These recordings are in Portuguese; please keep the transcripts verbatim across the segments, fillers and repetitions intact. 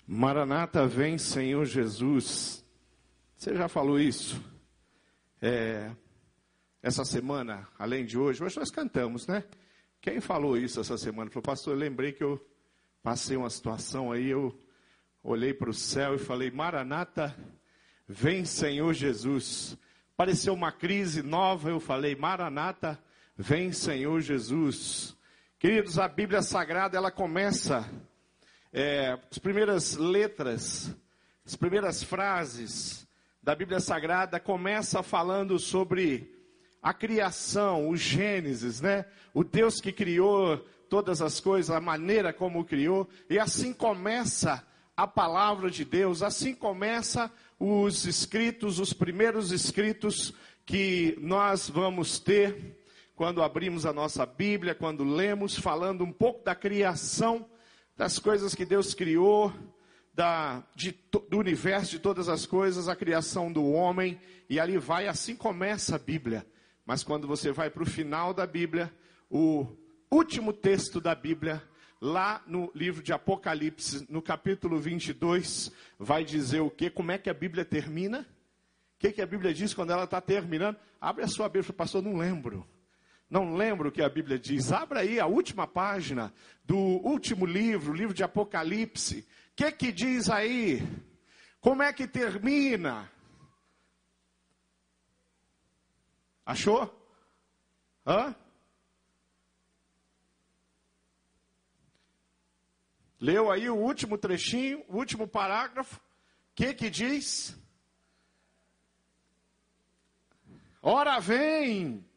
Maranata, vem Senhor Jesus. Você já falou isso? É, essa semana, além de hoje, hoje nós cantamos, né? Quem falou isso essa semana? Falou, pastor, eu lembrei que eu passei uma situação aí, eu olhei para o céu e falei, Maranata, vem Senhor Jesus. Pareceu uma crise nova, eu falei, Maranata, vem Senhor Jesus. Queridos, a Bíblia Sagrada, ela começa... É, as primeiras letras, as primeiras frases da Bíblia Sagrada começa falando sobre a criação, o Gênesis, né? O Deus que criou todas as coisas, a maneira como criou, e assim começa a palavra de Deus, assim começa os escritos, os primeiros escritos que nós vamos ter quando abrimos a nossa Bíblia, quando lemos, falando um pouco da criação, das coisas que Deus criou, da, de, do universo, de todas as coisas, a criação do homem, e ali vai, assim começa a Bíblia. Mas quando você vai para o final da Bíblia, o último texto da Bíblia, lá no livro de Apocalipse, no capítulo vinte e dois, vai dizer o quê? Como é que a Bíblia termina? O que, que a Bíblia diz quando ela está terminando? Abre a sua Bíblia, pastor, não lembro. Não lembro o que a Bíblia diz. Abra aí a última página do último livro, o livro de Apocalipse. O que que diz aí? Como é que termina? Achou? Hã? Leu aí o último trechinho, o último parágrafo. O que que diz? Ora vem!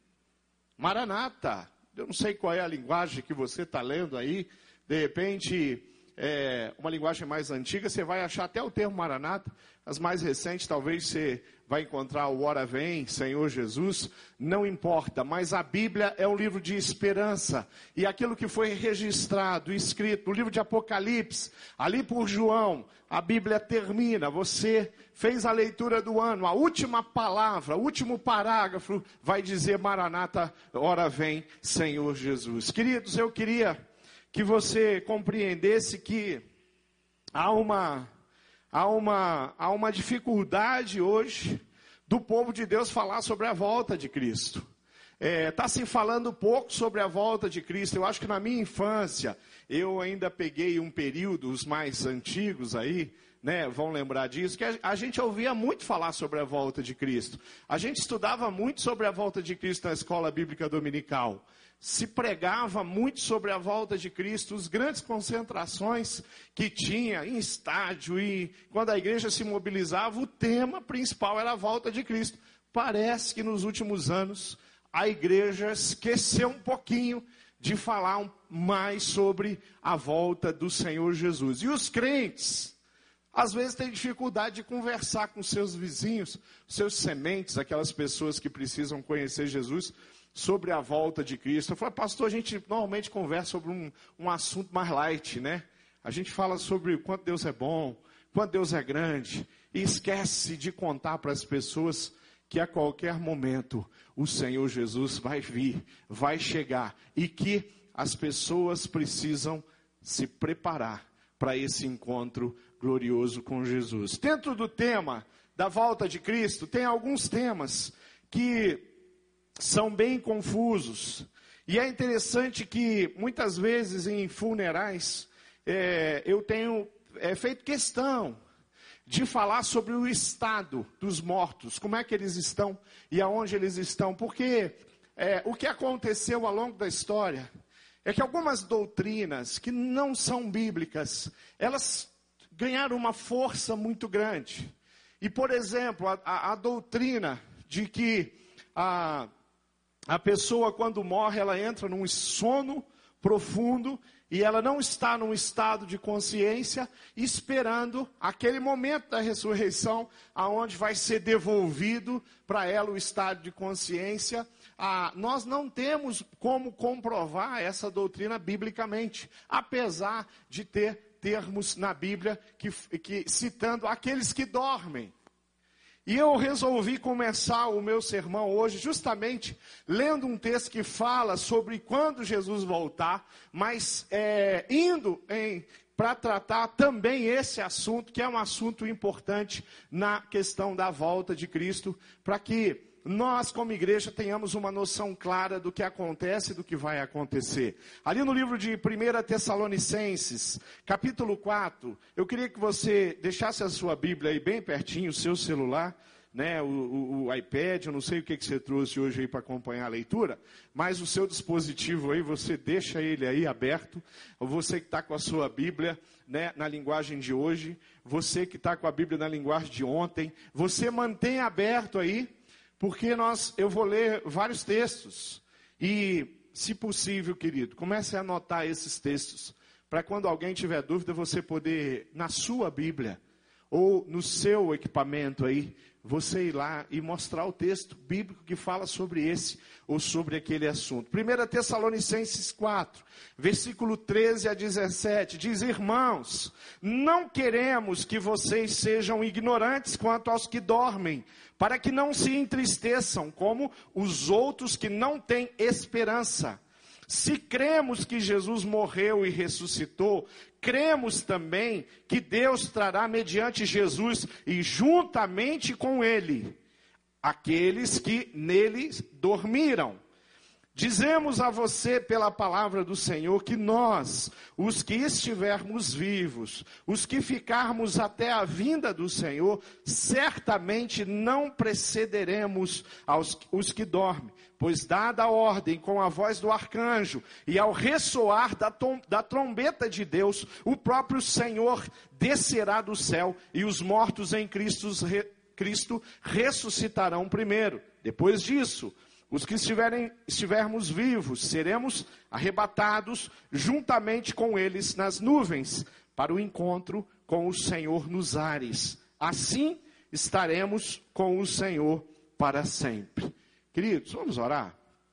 Maranata, eu não sei qual é a linguagem que você está lendo aí, de repente, é, uma linguagem mais antiga, você vai achar até o termo Maranata, as mais recentes talvez você vai encontrar o Ora Vem, Senhor Jesus, não importa, mas a Bíblia é um livro de esperança, e aquilo que foi registrado, escrito, no livro de Apocalipse, ali por João, a Bíblia termina, você fez a leitura do ano, a última palavra, o último parágrafo vai dizer Maranata, ora vem Senhor Jesus. Queridos, eu queria que você compreendesse que há uma, há uma, há uma dificuldade hoje do povo de Deus falar sobre a volta de Cristo. Está é, se falando pouco sobre a volta de Cristo. Eu acho que na minha infância, eu ainda peguei um período, os mais antigos aí, né, vão lembrar disso, que a, a gente ouvia muito falar sobre a volta de Cristo. A gente estudava muito sobre a volta de Cristo na escola bíblica dominical. Se pregava muito sobre a volta de Cristo, as grandes concentrações que tinha em estádio, e quando a igreja se mobilizava, o tema principal era a volta de Cristo. Parece que nos últimos anos a igreja esqueceu um pouquinho de falar mais sobre a volta do Senhor Jesus. E os crentes, às vezes, têm dificuldade de conversar com seus vizinhos, seus sementes, aquelas pessoas que precisam conhecer Jesus, sobre a volta de Cristo. Eu falei, pastor, a gente normalmente conversa sobre um, um assunto mais light, né? A gente fala sobre o quanto Deus é bom, quanto Deus é grande, e esquece de contar para as pessoas que a qualquer momento o Senhor Jesus vai vir, vai chegar, e que as pessoas precisam se preparar para esse encontro glorioso com Jesus. Dentro do tema da volta de Cristo, tem alguns temas que são bem confusos. E é interessante que muitas vezes em funerais, é, eu tenho é, feito questão de falar sobre o estado dos mortos, como é que eles estão e aonde eles estão. Porque é, o que aconteceu ao longo da história é que algumas doutrinas que não são bíblicas, elas ganharam uma força muito grande. E, por exemplo, a, a, a doutrina de que a, a pessoa, quando morre, ela entra num sono profundo e ela não está num estado de consciência esperando aquele momento da ressurreição, aonde vai ser devolvido para ela o estado de consciência. Ah, nós não temos como comprovar essa doutrina biblicamente, apesar de ter termos na Bíblia que, que, citando aqueles que dormem. E eu resolvi começar o meu sermão hoje justamente lendo um texto que fala sobre quando Jesus voltar, mas é, indo em para tratar também esse assunto, que é um assunto importante na questão da volta de Cristo, para que nós, como igreja, tenhamos uma noção clara do que acontece e do que vai acontecer. Ali no livro de primeira Tessalonicenses, capítulo quatro, eu queria que você deixasse a sua Bíblia aí bem pertinho, o seu celular, né, o, o, o iPad, eu não sei o que, que você trouxe hoje aí para acompanhar a leitura, mas o seu dispositivo aí, você deixa ele aí aberto, você que está com a sua Bíblia, né, na linguagem de hoje, você que está com a Bíblia na linguagem de ontem, você mantém aberto aí, porque nós, eu vou ler vários textos, e se possível, querido, comece a anotar esses textos, para quando alguém tiver dúvida, você poder, na sua Bíblia, ou no seu equipamento aí, você ir lá e mostrar o texto bíblico que fala sobre esse, ou sobre aquele assunto. primeira Tessalonicenses quatro, versículo treze a dezessete, diz: irmãos, não queremos que vocês sejam ignorantes quanto aos que dormem, para que não se entristeçam como os outros que não têm esperança. Se cremos que Jesus morreu e ressuscitou, cremos também que Deus trará mediante Jesus e juntamente com ele aqueles que nele dormiram. Dizemos a você pela palavra do Senhor que nós, os que estivermos vivos, os que ficarmos até a vinda do Senhor, certamente não precederemos aos os que dormem. Pois dada a ordem com a voz do arcanjo e ao ressoar da, tom, da trombeta de Deus, o próprio Senhor descerá do céu e os mortos em Cristo, re, Cristo ressuscitarão primeiro. Depois disso, os que estiverem, estivermos vivos, seremos arrebatados juntamente com eles nas nuvens, para o encontro com o Senhor nos ares. Assim estaremos com o Senhor para sempre. Queridos, vamos orar?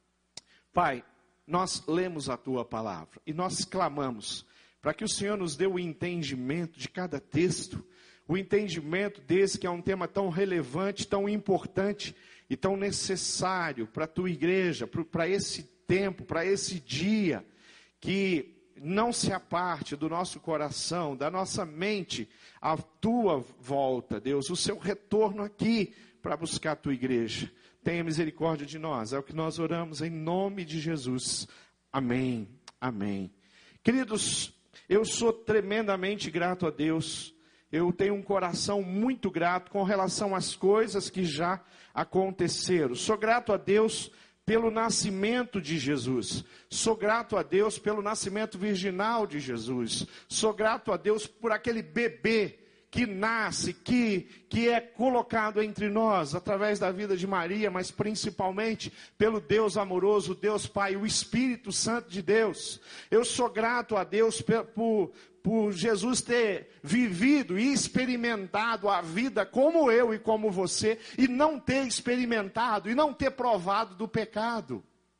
Pai, nós lemos a Tua palavra e nós clamamos para que o Senhor nos dê o entendimento de cada texto, o entendimento desse que é um tema tão relevante, tão importante e tão necessário para a Tua igreja, para esse tempo, para esse dia, que não se aparte do nosso coração, da nossa mente, a Tua volta, Deus, o Seu retorno aqui para buscar a Tua igreja. Tenha misericórdia de nós, é o que nós oramos em nome de Jesus. Amém, amém. Queridos, eu sou tremendamente grato a Deus. Eu tenho um coração muito grato com relação às coisas que já aconteceram. Sou grato a Deus pelo nascimento de Jesus. Sou grato a Deus pelo nascimento virginal de Jesus. Sou grato a Deus por aquele bebê que nasce, que, que é colocado entre nós, através da vida de Maria, mas principalmente pelo Deus amoroso, Deus Pai, o Espírito Santo de Deus. Eu sou grato a Deus por, por, por Jesus ter vivido e experimentado a vida como eu e como você, e não ter experimentado, e não ter provado do pecado.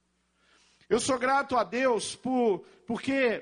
Eu sou grato a Deus por, porque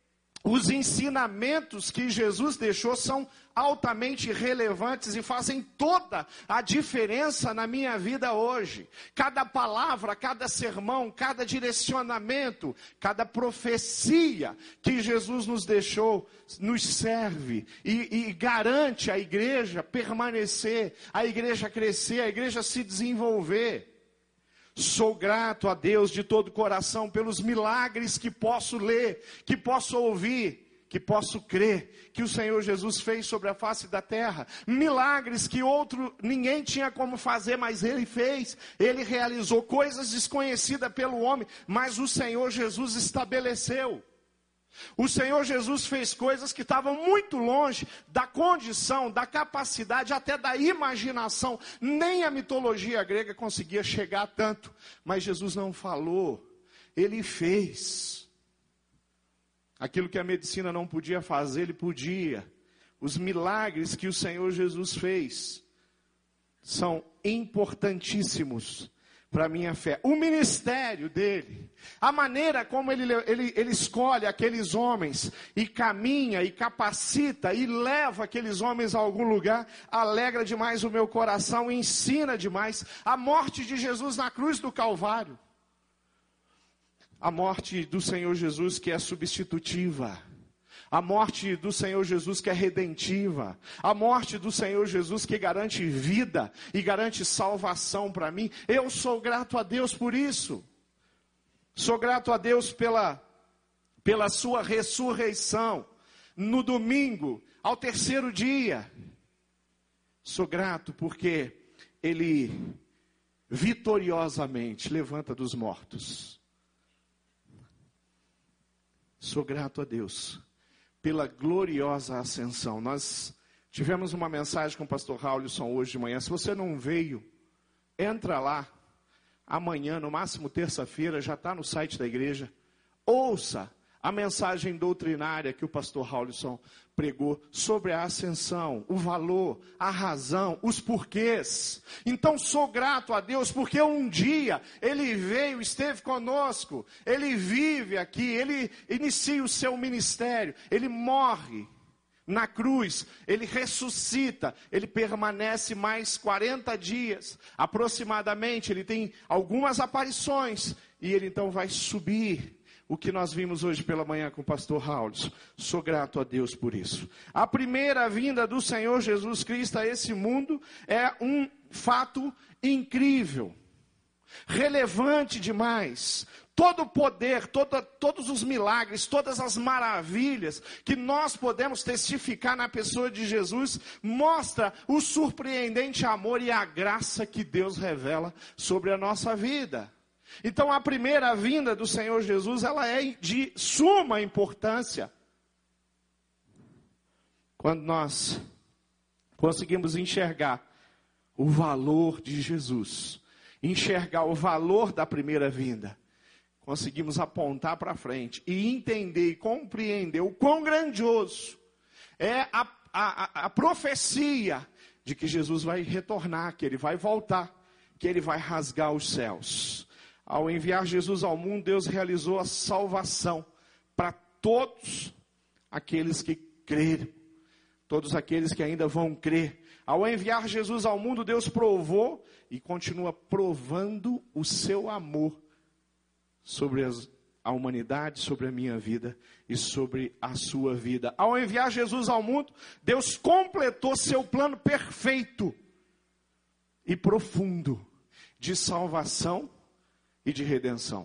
os ensinamentos que Jesus deixou são altamente relevantes e fazem toda a diferença na minha vida hoje. Cada palavra, cada sermão, cada direcionamento, cada profecia que Jesus nos deixou, nos serve e, e garante a igreja permanecer, a igreja crescer, a igreja se desenvolver. Sou grato a Deus de todo o coração pelos milagres que posso ler, que posso ouvir, que posso crer que o Senhor Jesus fez sobre a face da terra. Milagres que outro, ninguém tinha como fazer, mas Ele fez. Ele realizou coisas desconhecidas pelo homem, mas o Senhor Jesus estabeleceu. O Senhor Jesus fez coisas que estavam muito longe da condição, da capacidade, até da imaginação. Nem a mitologia grega conseguia chegar tanto. Mas Jesus não falou, Ele fez. Aquilo que a medicina não podia fazer, Ele podia. Os milagres que o Senhor Jesus fez são importantíssimos para a minha fé. O ministério dele, a maneira como ele, ele, ele escolhe aqueles homens e caminha e capacita e leva aqueles homens a algum lugar, alegra demais o meu coração, ensina demais. A morte de Jesus na cruz do Calvário, a morte do Senhor Jesus que é substitutiva, A morte do Senhor Jesus que é redentiva. A morte do Senhor Jesus que garante vida e garante salvação para mim. Eu sou grato a Deus por isso. Sou grato a Deus pela, pela sua ressurreição. No domingo, ao terceiro dia. Sou grato porque Ele vitoriosamente levanta dos mortos. Sou grato a Deus pela gloriosa ascensão. Nós tivemos uma mensagem com o pastor Raulson hoje de manhã. Se você não veio, entra lá. Amanhã, no máximo terça-feira, já está no site da igreja. Ouça a mensagem doutrinária que o pastor Raulson pregou sobre a ascensão, o valor, a razão, os porquês. Então sou grato a Deus porque um dia Ele veio, esteve conosco, Ele vive aqui, Ele inicia o seu ministério, Ele morre na cruz, Ele ressuscita, Ele permanece mais quarenta dias, aproximadamente, Ele tem algumas aparições, e Ele então vai subir. O que nós vimos hoje pela manhã com o pastor Raulson. Sou grato a Deus por isso. A primeira vinda do Senhor Jesus Cristo a esse mundo é um fato incrível. Relevante demais. Todo o poder, toda, todos os milagres, todas as maravilhas que nós podemos testificar na pessoa de Jesus, mostra o surpreendente amor e a graça que Deus revela sobre a nossa vida. Então a primeira vinda do Senhor Jesus, ela é de suma importância. Quando nós conseguimos enxergar o valor de Jesus, enxergar o valor da primeira vinda, conseguimos apontar para frente e entender e compreender o quão grandioso é a, a, a profecia de que Jesus vai retornar, que Ele vai voltar, que Ele vai rasgar os céus. Ao enviar Jesus ao mundo, Deus realizou a salvação para todos aqueles que creram, todos aqueles que ainda vão crer. Ao enviar Jesus ao mundo, Deus provou e continua provando o seu amor sobre as, a humanidade, sobre a minha vida e sobre a sua vida. Ao enviar Jesus ao mundo, Deus completou seu plano perfeito e profundo de salvação e de redenção.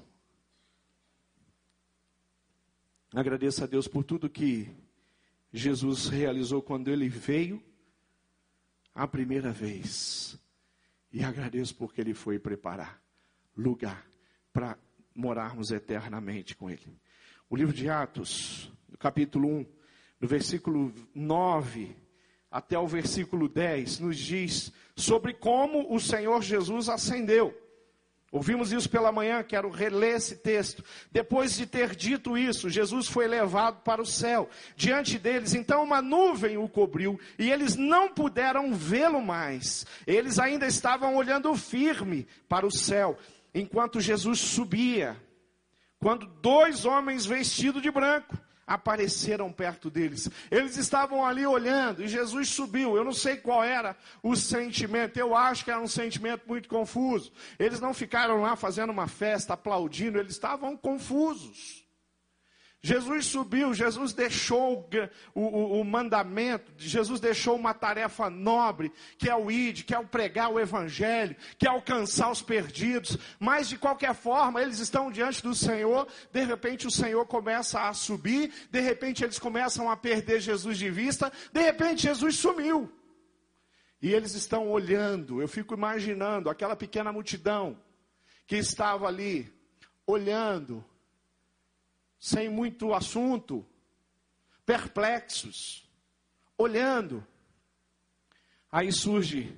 Agradeço a Deus por tudo que Jesus realizou quando Ele veio a primeira vez. E agradeço porque Ele foi preparar lugar para morarmos eternamente com Ele. O livro de Atos, no capítulo um, no versículo nove até o versículo dez, nos diz sobre como o Senhor Jesus ascendeu. Ouvimos isso pela manhã, quero reler esse texto. Depois de ter dito isso, Jesus foi levado para o céu. Diante deles, então, uma nuvem o cobriu, e eles não puderam vê-lo mais. Eles ainda estavam olhando firme para o céu, enquanto Jesus subia. Quando dois homens vestidos de branco apareceram perto deles. Eles estavam ali olhando e Jesus subiu. Eu não sei qual era o sentimento. Eu acho que era um sentimento muito confuso. Eles não ficaram lá fazendo uma festa, aplaudindo. Eles estavam confusos. Jesus subiu, Jesus deixou o, o, o mandamento, Jesus deixou uma tarefa nobre, que é o ide, que é o pregar o evangelho, que é alcançar os perdidos. Mas de qualquer forma, eles estão diante do Senhor, de repente o Senhor começa a subir, de repente eles começam a perder Jesus de vista, de repente Jesus sumiu. E eles estão olhando, eu fico imaginando aquela pequena multidão que estava ali, olhando, sem muito assunto, perplexos, olhando. Aí surge,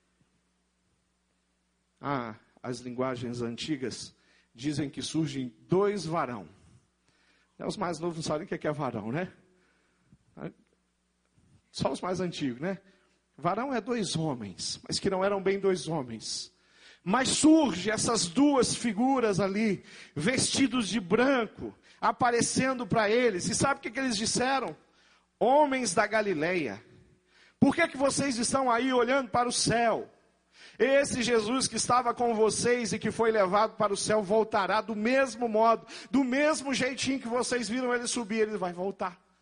ah, as linguagens antigas dizem que surgem dois varão. Os mais novos não sabem o que é varão, né? Só os mais antigos, né? Varão é dois homens, mas que não eram bem dois homens. Mas surge essas duas figuras ali, vestidos de branco, aparecendo para eles. E sabe o que, que eles disseram? Homens da Galileia, por que, que vocês estão aí olhando para o céu? Esse Jesus que estava com vocês e que foi levado para o céu voltará do mesmo modo, do mesmo jeitinho que vocês viram ele subir, ele vai voltar.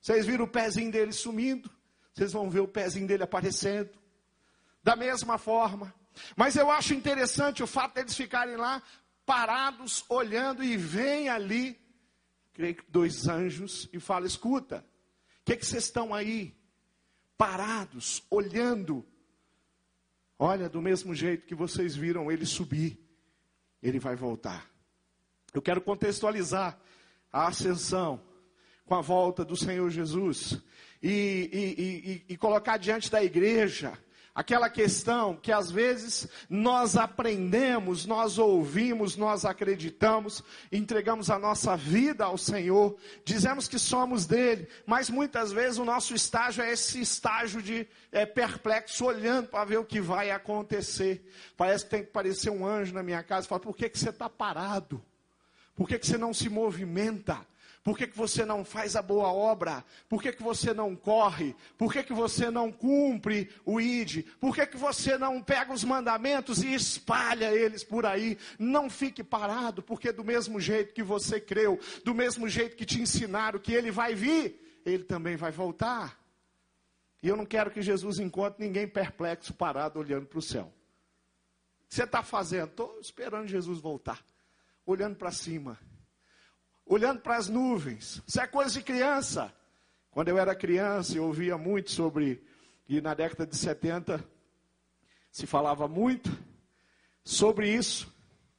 Vocês viram o pezinho dele sumindo, vocês vão ver o pezinho dele aparecendo. Da mesma forma. Mas eu acho interessante o fato deles ficarem lá, parados, olhando, e vem ali, creio que dois anjos, e fala: escuta, o que, que vocês estão aí, parados, olhando? Olha, do mesmo jeito que vocês viram ele subir, ele vai voltar. Eu quero contextualizar a ascensão com a volta do Senhor Jesus, e, e, e, e colocar diante da igreja aquela questão que às vezes nós aprendemos, nós ouvimos, nós acreditamos, entregamos a nossa vida ao Senhor, dizemos que somos dele, mas muitas vezes o nosso estágio é esse estágio de é, perplexo, olhando para ver o que vai acontecer. Parece que tem que parecer um anjo na minha casa e falar: por que, que você está parado? Por que, que você não se movimenta? Por que, que você não faz a boa obra? Por que, que você não corre? Por que, que você não cumpre o I D? Por que, que você não pega os mandamentos e espalha eles por aí? Não fique parado, porque do mesmo jeito que você creu, do mesmo jeito que te ensinaram que ele vai vir, ele também vai voltar. E eu não quero que Jesus encontre ninguém perplexo, parado, olhando para o céu. O que você está fazendo? Estou esperando Jesus voltar, olhando para cima, olhando para as nuvens. Isso é coisa de criança. Quando eu era criança, eu ouvia muito sobre, e na década de setenta, se falava muito sobre isso.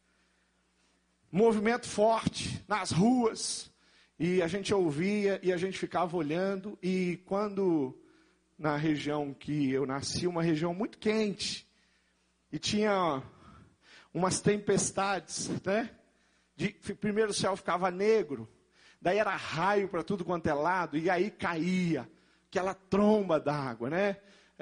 Movimento forte nas ruas, e a gente ouvia, e a gente ficava olhando, e quando, na região que eu nasci, uma região muito quente, e tinha umas tempestades, né? De, primeiro o céu ficava negro, daí era raio para tudo quanto é lado, e aí caía aquela tromba d'água, né?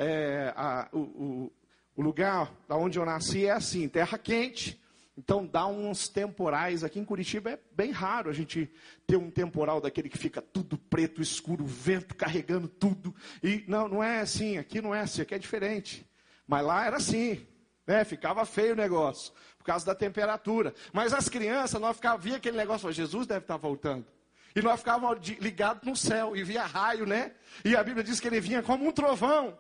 É, a, o, o, o lugar onde eu nasci é assim, terra quente, então dá uns temporais. Aqui em Curitiba é bem raro a gente ter um temporal daquele que fica tudo preto, escuro, vento carregando tudo, e não, não é assim, aqui não é assim, aqui é diferente, mas lá era assim, né? Ficava feio o negócio, por causa da temperatura. Mas as crianças, nós ficávamos, via aquele negócio, Jesus deve estar voltando. E nós ficávamos ligados no céu, e via raio, né? E a Bíblia diz que ele vinha como um trovão.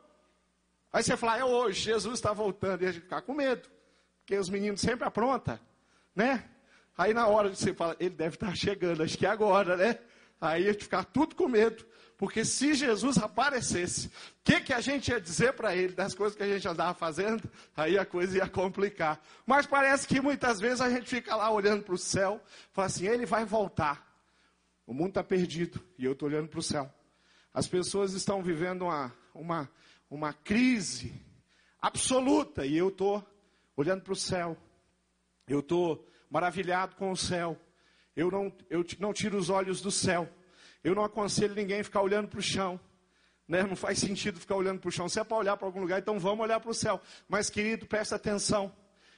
Aí você fala: é hoje, Jesus está voltando. E a gente fica com medo, porque os meninos sempre aprontam, né? Aí na hora de você fala: ele deve estar chegando, acho que é agora, né? Aí a gente fica tudo com medo. Porque se Jesus aparecesse, o que, que a gente ia dizer para ele das coisas que a gente andava fazendo? Aí a coisa ia complicar. Mas parece que muitas vezes a gente fica lá olhando para o céu, fala assim: ele vai voltar. O mundo está perdido e eu estou olhando para o céu. As pessoas estão vivendo uma, uma, uma crise absoluta e eu estou olhando para o céu. Eu estou maravilhado com o céu. Eu não, eu não tiro os olhos do céu. Eu não aconselho ninguém a ficar olhando para o chão, né? Não faz sentido ficar olhando para o chão. Se é para olhar para algum lugar, então vamos olhar para o céu. Mas, querido, presta atenção.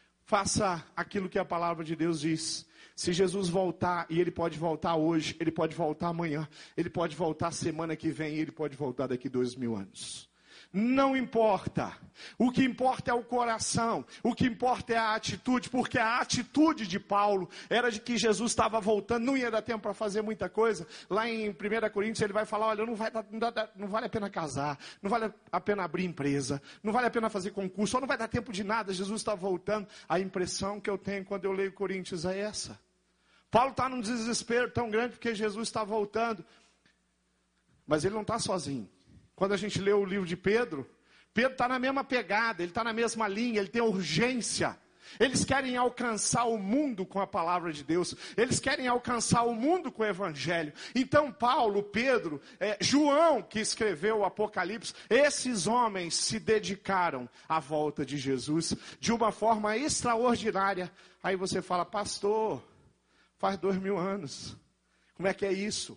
Faça aquilo que a palavra de Deus diz. Se Jesus voltar, e ele pode voltar hoje, ele pode voltar amanhã, ele pode voltar semana que vem, e ele pode voltar daqui dois mil anos. Não importa, o que importa é o coração, o que importa é a atitude, porque a atitude de Paulo era de que Jesus estava voltando, não ia dar tempo para fazer muita coisa. Lá em primeira Coríntios ele vai falar: olha, não, vai dar, não, dá, não vale a pena casar, não vale a pena abrir empresa, não vale a pena fazer concurso, só não vai dar tempo de nada, Jesus está voltando. A impressão que eu tenho quando eu leio Coríntios é essa. Paulo está num desespero tão grande porque Jesus está voltando, mas ele não está sozinho. Quando a gente lê o livro de Pedro, Pedro está na mesma pegada, ele está na mesma linha, ele tem urgência. Eles querem alcançar o mundo com a palavra de Deus. Eles querem alcançar o mundo com o evangelho. Então Paulo, Pedro, é, João, que escreveu o Apocalipse, esses homens se dedicaram à volta de Jesus de uma forma extraordinária. Aí você fala: pastor, faz dois mil anos. Como é que é isso?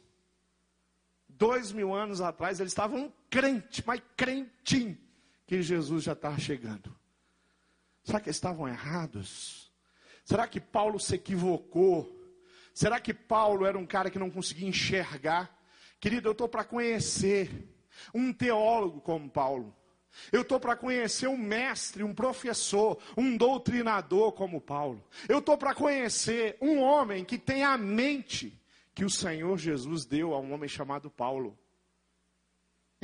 Dois mil anos atrás, eles estavam crente, mas crentinho, que Jesus já estava chegando. Será que eles estavam errados? Será que Paulo se equivocou? Será que Paulo era um cara que não conseguia enxergar? Querido, eu estou para conhecer um teólogo como Paulo. Eu estou para conhecer um mestre, um professor, um doutrinador como Paulo. Eu estou para conhecer um homem que tem a mente que o Senhor Jesus deu a um homem chamado Paulo.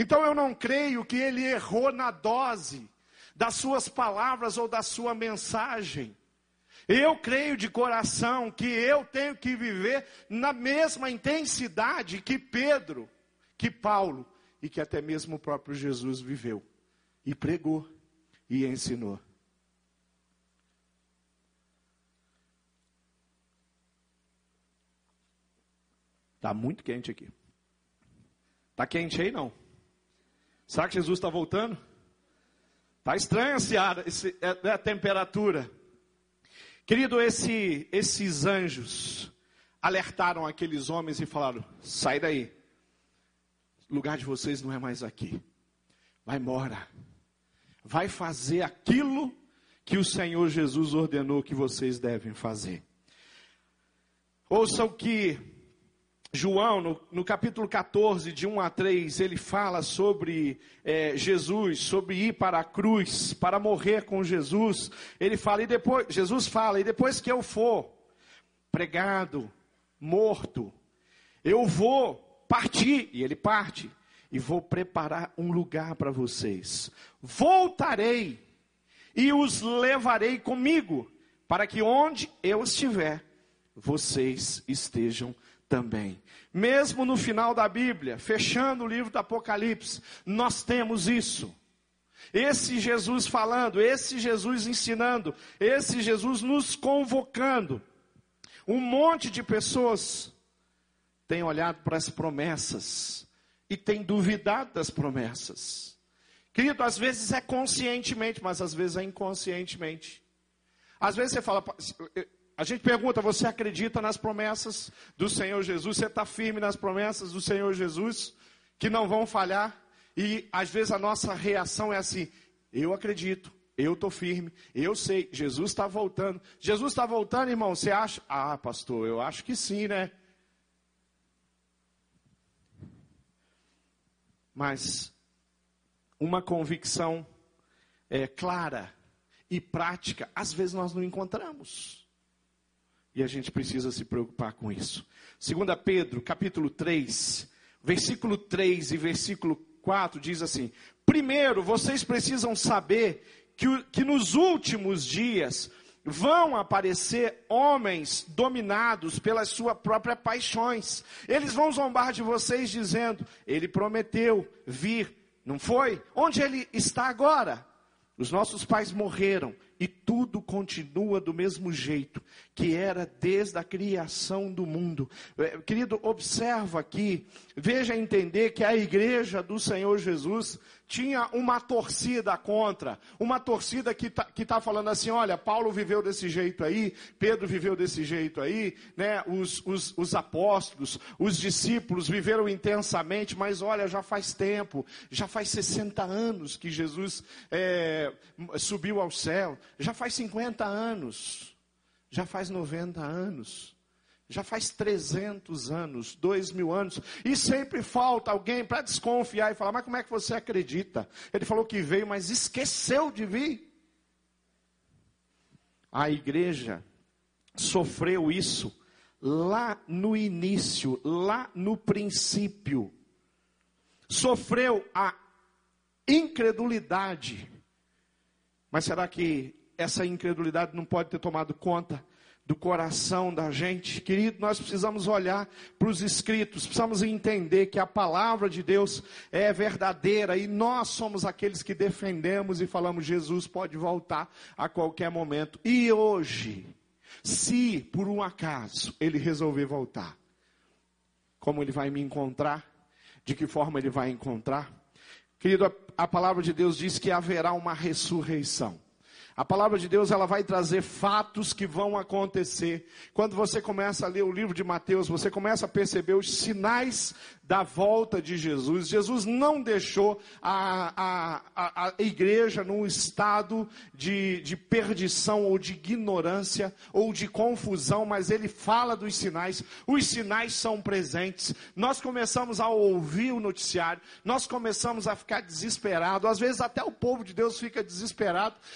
Então eu não creio que ele errou na dose das suas palavras ou da sua mensagem. Eu creio de coração que eu tenho que viver na mesma intensidade que Pedro, que Paulo e que até mesmo o próprio Jesus viveu e pregou e ensinou. Está muito quente aqui. Está quente aí não? Será que Jesus está voltando? Está estranha esse, é, é a temperatura. Querido, esse, esses anjos alertaram aqueles homens e falaram: sai daí. O lugar de vocês não é mais aqui. Vai embora. Vai fazer aquilo que o Senhor Jesus ordenou que vocês devem fazer. Ouçam que João, no, no capítulo catorze, de um a três, ele fala sobre é, Jesus, sobre ir para a cruz, para morrer com Jesus. Ele fala, e depois, Jesus fala, e depois que eu for pregado, morto, eu vou partir, e ele parte, e vou preparar um lugar para vocês. Voltarei e os levarei comigo, para que onde eu estiver, vocês estejam também. Mesmo no final da Bíblia, fechando o livro do Apocalipse, nós temos isso. Esse Jesus falando, esse Jesus ensinando, esse Jesus nos convocando. Um monte de pessoas tem olhado para as promessas e tem duvidado das promessas. Querido, às vezes é conscientemente, mas às vezes é inconscientemente. Às vezes você fala, a gente pergunta, você acredita nas promessas do Senhor Jesus? Você está firme nas promessas do Senhor Jesus, que não vão falhar? E às vezes a nossa reação é assim, eu acredito, eu estou firme, eu sei, Jesus está voltando. Jesus está voltando, irmão, você acha? Ah, pastor, eu acho que sim, né? Mas uma convicção é, clara e prática, às vezes nós não encontramos. E a gente precisa se preocupar com isso. Segunda Pedro, capítulo três, versículo três e versículo quatro diz assim: primeiro, vocês precisam saber que, que nos últimos dias vão aparecer homens dominados pelas suas próprias paixões. Eles vão zombar de vocês dizendo, ele prometeu vir, não foi? Onde ele está agora? Os nossos pais morreram e tudo continua do mesmo jeito que era desde a criação do mundo. Querido, observa aqui, veja entender que a igreja do Senhor Jesus tinha uma torcida contra, uma torcida que está que tá falando assim, olha, Paulo viveu desse jeito aí, Pedro viveu desse jeito aí, né? os, os, os apóstolos, os discípulos viveram intensamente, mas olha, já faz tempo, já faz sessenta anos que Jesus é, subiu ao céu, já faz cinquenta anos, já faz noventa anos, já faz trezentos anos, dois mil anos, e sempre falta alguém para desconfiar e falar, mas como é que você acredita? Ele falou que veio, mas esqueceu de vir. A igreja sofreu isso lá no início, lá no princípio. Sofreu a incredulidade. Mas será que essa incredulidade não pode ter tomado conta do coração da gente? Querido, nós precisamos olhar para os escritos, precisamos entender que a palavra de Deus é verdadeira e nós somos aqueles que defendemos e falamos, Jesus pode voltar a qualquer momento. E hoje, se por um acaso ele resolver voltar, como ele vai me encontrar? De que forma ele vai encontrar? Querido, a, a palavra de Deus diz que haverá uma ressurreição. A palavra de Deus, ela vai trazer fatos que vão acontecer. Quando você começa a ler o livro de Mateus, você começa a perceber os sinais da volta de Jesus. Jesus não deixou a, a, a, a igreja num estado de, de perdição ou de ignorância ou de confusão, mas ele fala dos sinais. Os sinais são presentes. Nós começamos a ouvir o noticiário, nós começamos a ficar desesperados. Às vezes até o povo de Deus fica desesperado, porque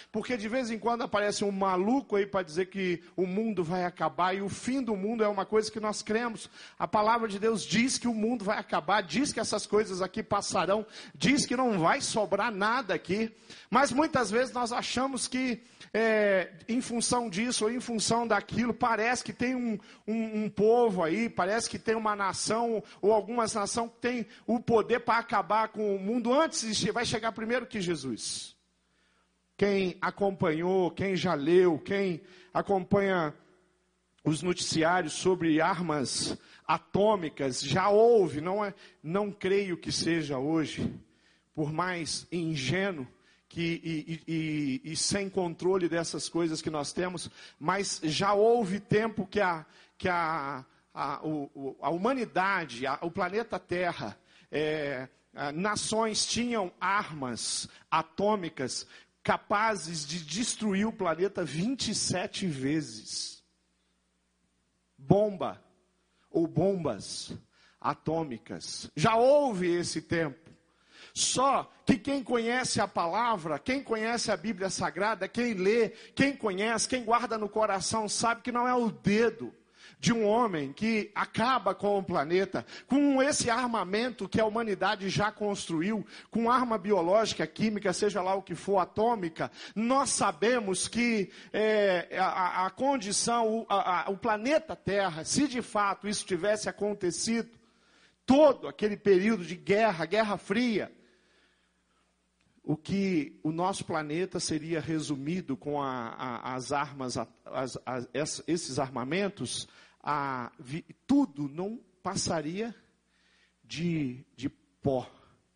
de vez em quando aparece um maluco aí para dizer que o mundo vai acabar, e o fim do mundo é uma coisa que nós cremos. A palavra de Deus diz que o mundo vai acabar, diz que essas coisas aqui passarão, diz que não vai sobrar nada aqui. Mas muitas vezes nós achamos que, é, em função disso ou em função daquilo, parece que tem um, um, um povo aí, parece que tem uma nação ou algumas nações que tem o poder para acabar com o mundo antes de vai chegar primeiro que Jesus. Quem acompanhou, quem já leu, quem acompanha os noticiários sobre armas atômicas, já ouve, não, é, não creio que seja hoje, por mais ingênuo que, e, e, e, e sem controle dessas coisas que nós temos, mas já houve tempo que a, que a, a, o, a humanidade, a, o planeta Terra, é, a, nações tinham armas atômicas capazes de destruir o planeta vinte e sete vezes. Bomba ou bombas atômicas. Já houve esse tempo. Só que quem conhece a palavra, quem conhece a Bíblia Sagrada, quem lê, quem conhece, quem guarda no coração, sabe que não é o dedo de um homem que acaba com o planeta, com esse armamento que a humanidade já construiu, com arma biológica, química, seja lá o que for, atômica. Nós sabemos que é, a, a condição, o, a, o planeta Terra, se de fato isso tivesse acontecido, todo aquele período de guerra, Guerra Fria, o que o nosso planeta seria resumido com a, a, as armas, as, as, esses armamentos, a, tudo não passaria de, de pó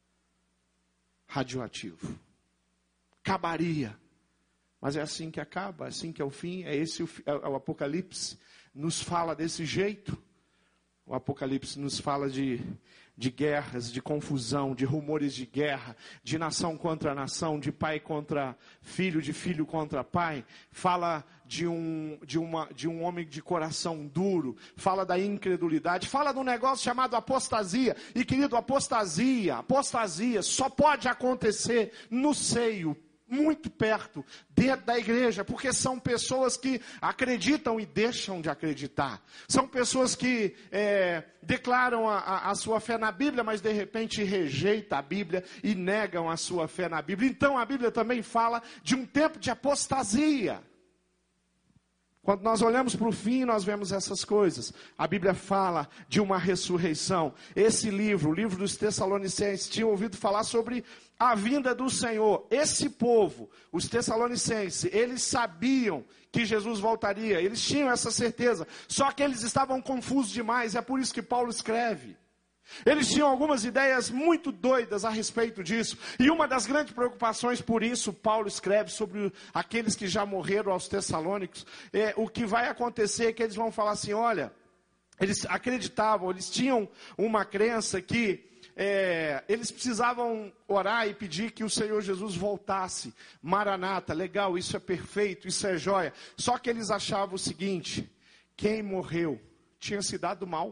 radioativo. Acabaria. Mas é assim que acaba, é assim que é o fim, é esse o, é, o Apocalipse nos fala desse jeito. O Apocalipse nos fala de, de guerras, de confusão, de rumores de guerra, de nação contra nação, de pai contra filho, de filho contra pai. Fala de um, de uma, de um homem de coração duro, fala da incredulidade, fala de um negócio chamado apostasia. E querido, apostasia, apostasia só pode acontecer no seio, muito perto, dentro da igreja, porque são pessoas que acreditam e deixam de acreditar. São pessoas que é, declaram a, a, a sua fé na Bíblia, mas de repente rejeitam a Bíblia e negam a sua fé na Bíblia. Então a Bíblia também fala de um tempo de apostasia. Quando nós olhamos para o fim, nós vemos essas coisas. A Bíblia fala de uma ressurreição. Esse livro, o livro dos Tessalonicenses, tinha ouvido falar sobre a vinda do Senhor. Esse povo, os Tessalonicenses, eles sabiam que Jesus voltaria. Eles tinham essa certeza. Só que eles estavam confusos demais. É por isso que Paulo escreve. Eles tinham algumas ideias muito doidas a respeito disso. E uma das grandes preocupações, por isso, Paulo escreve sobre aqueles que já morreram aos Tessalônicos. É, o que vai acontecer é que eles vão falar assim, olha, eles acreditavam, eles tinham uma crença que é, eles precisavam orar e pedir que o Senhor Jesus voltasse. Maranata, legal, isso é perfeito, isso é joia. Só que eles achavam o seguinte, quem morreu tinha se dado mal.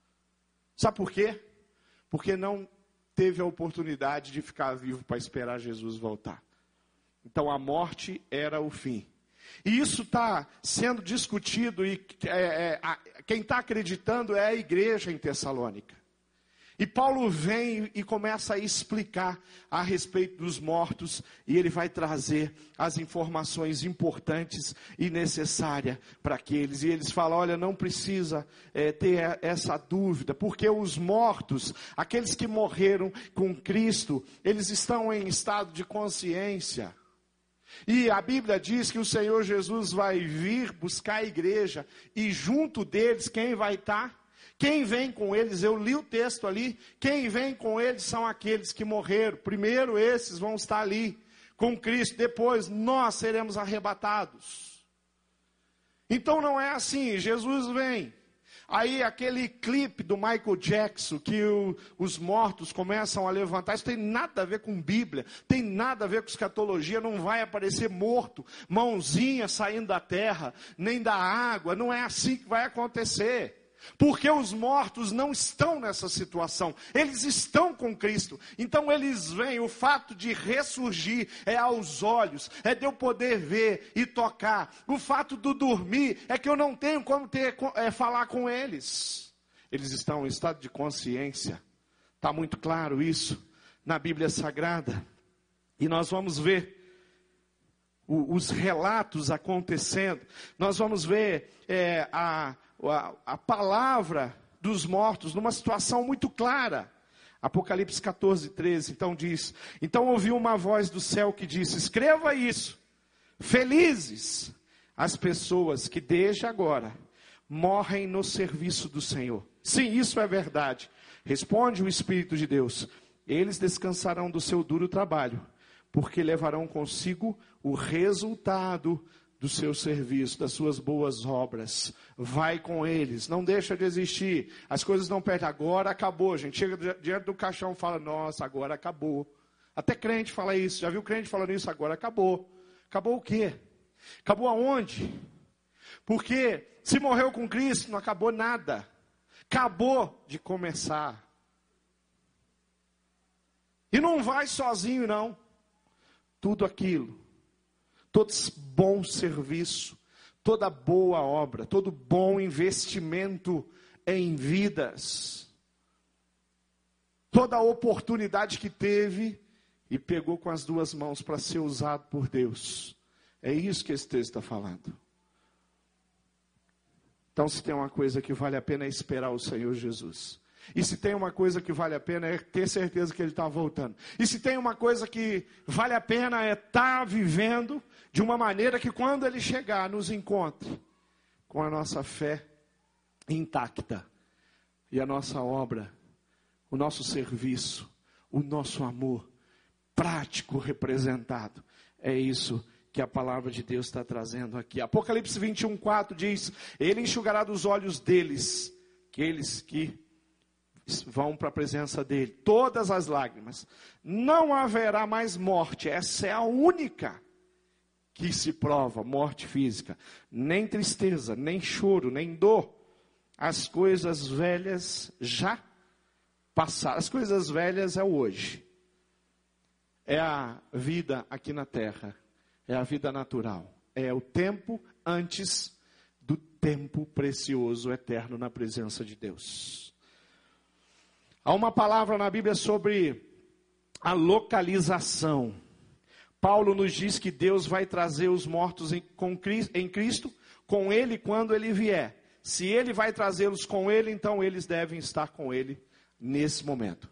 Sabe por quê? Porque não teve a oportunidade de ficar vivo para esperar Jesus voltar. Então a morte era o fim. E isso está sendo discutido e é, é, a, quem está acreditando é a igreja em Tessalônica. E Paulo vem e começa a explicar a respeito dos mortos, e ele vai trazer as informações importantes e necessárias para aqueles. E eles falam, olha, não precisa é, ter essa dúvida, porque os mortos, aqueles que morreram com Cristo, eles estão em estado de consciência. E a Bíblia diz que o Senhor Jesus vai vir buscar a igreja, e junto deles quem vai estar? Quem vem com eles, eu li o texto ali, quem vem com eles são aqueles que morreram. Primeiro esses vão estar ali com Cristo, depois nós seremos arrebatados. Então não é assim, Jesus vem. Aí aquele clipe do Michael Jackson, que o, os mortos começam a levantar, isso tem nada a ver com Bíblia, tem nada a ver com escatologia, não vai aparecer morto, mãozinha saindo da terra, nem da água, não é assim que vai acontecer. Porque os mortos não estão nessa situação, eles estão com Cristo. Então eles veem, o fato de ressurgir é aos olhos, é de eu poder ver e tocar. O fato do dormir é que eu não tenho como ter, é, falar com eles. Eles estão em estado de consciência. Está muito claro isso na Bíblia Sagrada. E nós vamos ver o, os relatos acontecendo. Nós vamos ver é, a... A, a palavra dos mortos numa situação muito clara. Apocalipse catorze, treze, então diz: então ouviu uma voz do céu que disse: escreva isso, felizes as pessoas que desde agora morrem no serviço do Senhor. Sim, isso é verdade, responde o Espírito de Deus. Eles descansarão do seu duro trabalho, porque levarão consigo o resultado do seu serviço, das suas boas obras. Vai com eles, não deixa de existir. As coisas não perdem. Agora acabou. A gente chega diante do caixão e fala: nossa, agora acabou. Até crente fala isso. Já viu crente falando isso? Agora acabou. Acabou o quê? Acabou aonde? Porque se morreu com Cristo, não acabou nada. Acabou de começar. E não vai sozinho, não. Tudo aquilo, todo bom serviço, toda boa obra, todo bom investimento em vidas, toda oportunidade que teve e pegou com as duas mãos para ser usado por Deus. É isso que esse texto está falando. Então, se tem uma coisa que vale a pena é esperar o Senhor Jesus. E se tem uma coisa que vale a pena é ter certeza que Ele está voltando. E se tem uma coisa que vale a pena é estar vivendo de uma maneira que quando Ele chegar, nos encontre com a nossa fé intacta. E a nossa obra, o nosso serviço, o nosso amor prático representado. É isso que a palavra de Deus está trazendo aqui. Apocalipse vinte e um, quatro diz: Ele enxugará dos olhos deles, aqueles que vão para a presença dele, todas as lágrimas. Não haverá mais morte. Essa é a única que se prova, morte física. Nem tristeza, nem choro, nem dor. As coisas velhas já passaram. As coisas velhas é o hoje. É a vida aqui na terra. É a vida natural. É o tempo antes do tempo precioso, eterno, na presença de Deus. Há uma palavra na Bíblia sobre a localização. Paulo nos diz que Deus vai trazer os mortos em, com, em Cristo, com Ele quando Ele vier. Se Ele vai trazê-los com Ele, então eles devem estar com Ele nesse momento.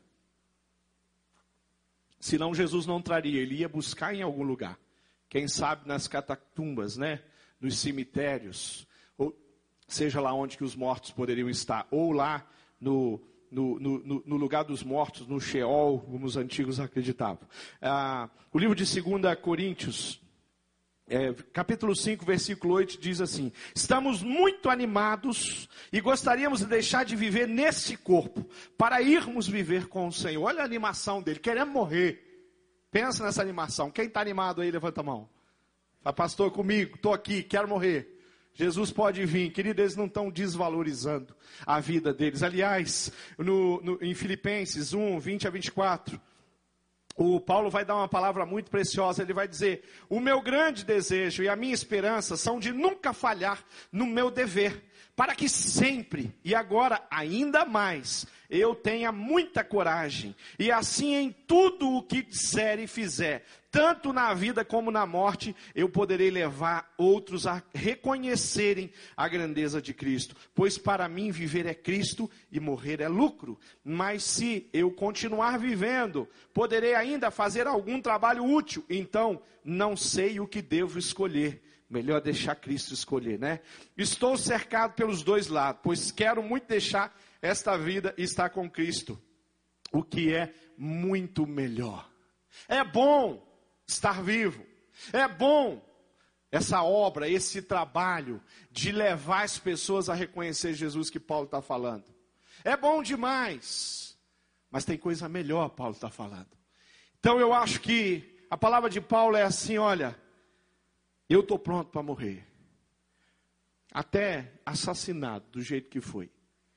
Senão Jesus não traria, Ele ia buscar em algum lugar. Quem sabe nas catatumbas, né? Nos cemitérios, ou seja lá onde que os mortos poderiam estar, ou lá no... No, no, no lugar dos mortos, no Sheol, como os antigos acreditavam. Ah, o livro de segunda Coríntios, é, capítulo cinco, versículo oito, diz assim: estamos muito animados e gostaríamos de deixar de viver nesse corpo, para irmos viver com o Senhor. Olha a animação dele, queremos morrer. Pensa nessa animação. Quem está animado aí, levanta a mão. Fala: pastor, comigo, estou aqui, quero morrer. Jesus pode vir. Querido, eles não estão desvalorizando a vida deles. Aliás, no, no, em Filipenses um, vinte a vinte e quatro, o Paulo vai dar uma palavra muito preciosa. Ele vai dizer: o meu grande desejo e a minha esperança são de nunca falhar no meu dever, para que sempre, e agora ainda mais, eu tenha muita coragem, e assim em tudo o que disser e fizer, tanto na vida como na morte, eu poderei levar outros a reconhecerem a grandeza de Cristo. Pois para mim viver é Cristo e morrer é lucro. Mas se eu continuar vivendo, poderei ainda fazer algum trabalho útil. Então, não sei o que devo escolher. Melhor deixar Cristo escolher, né? Estou cercado pelos dois lados, pois quero muito deixar esta vida e estar com Cristo, o que é muito melhor. É bom estar vivo. É bom essa obra, esse trabalho de levar as pessoas a reconhecer Jesus que Paulo está falando. É bom demais. Mas tem coisa melhor, Paulo está falando. Então eu acho que a palavra de Paulo é assim: olha, eu estou pronto para morrer. Até assassinado do jeito que foi.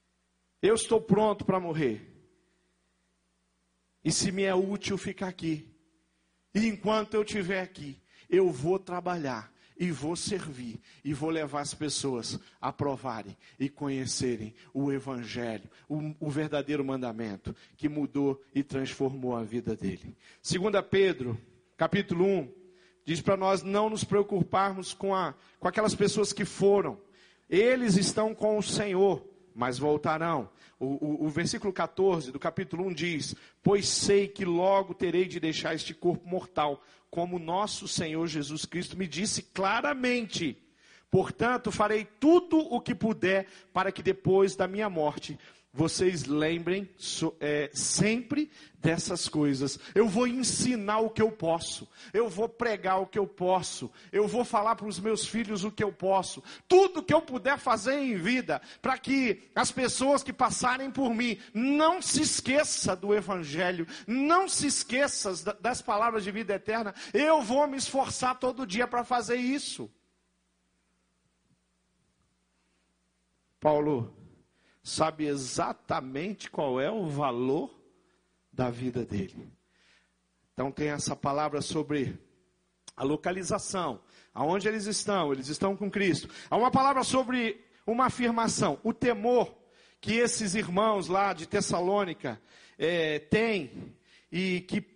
Eu estou pronto para morrer. E se me é útil ficar aqui, e enquanto eu estiver aqui, eu vou trabalhar, e vou servir, e vou levar as pessoas a provarem e conhecerem o Evangelho, o, o verdadeiro mandamento, que mudou e transformou a vida dele. Segunda Pedro, capítulo um, diz para nós não nos preocuparmos com, a, com aquelas pessoas que foram. Eles estão com o Senhor, mas voltarão. O, o, o versículo catorze do capítulo um diz: pois sei que logo terei de deixar este corpo mortal, como nosso Senhor Jesus Cristo me disse claramente. Portanto, farei tudo o que puder para que depois da minha morte vocês lembrem so, é, sempre dessas coisas. Eu vou ensinar o que eu posso. Eu vou pregar o que eu posso. Eu vou falar para os meus filhos o que eu posso. Tudo que eu puder fazer em vida, para que as pessoas que passarem por mim não se esqueça do Evangelho, não se esqueça das palavras de vida eterna. Eu vou me esforçar todo dia para fazer isso. Paulo sabe exatamente qual é o valor da vida dele. Então tem essa palavra sobre a localização, aonde eles estão, eles estão com Cristo. Há uma palavra sobre uma afirmação, o temor que esses irmãos lá de Tessalônica é, têm e que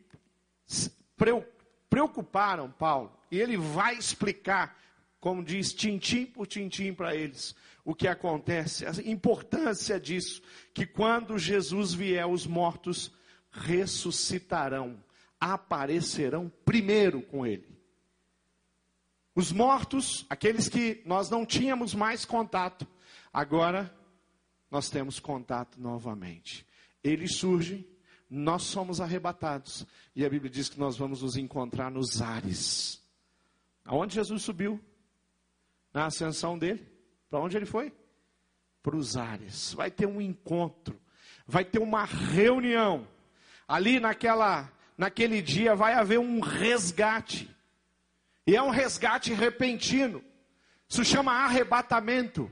preocuparam Paulo. E ele vai explicar, como diz, tintim por tintim para eles, o que acontece, a importância disso, que quando Jesus vier, os mortos ressuscitarão, aparecerão primeiro com ele. Os mortos, aqueles que nós não tínhamos mais contato, agora nós temos contato novamente. Eles surgem, nós somos arrebatados, e a Bíblia diz que nós vamos nos encontrar nos ares. Aonde Jesus subiu? Na ascensão dele. Para onde ele foi? Para os ares. Vai ter um encontro. Vai ter uma reunião. Ali naquela, naquele dia vai haver um resgate. E é um resgate repentino. Isso chama arrebatamento.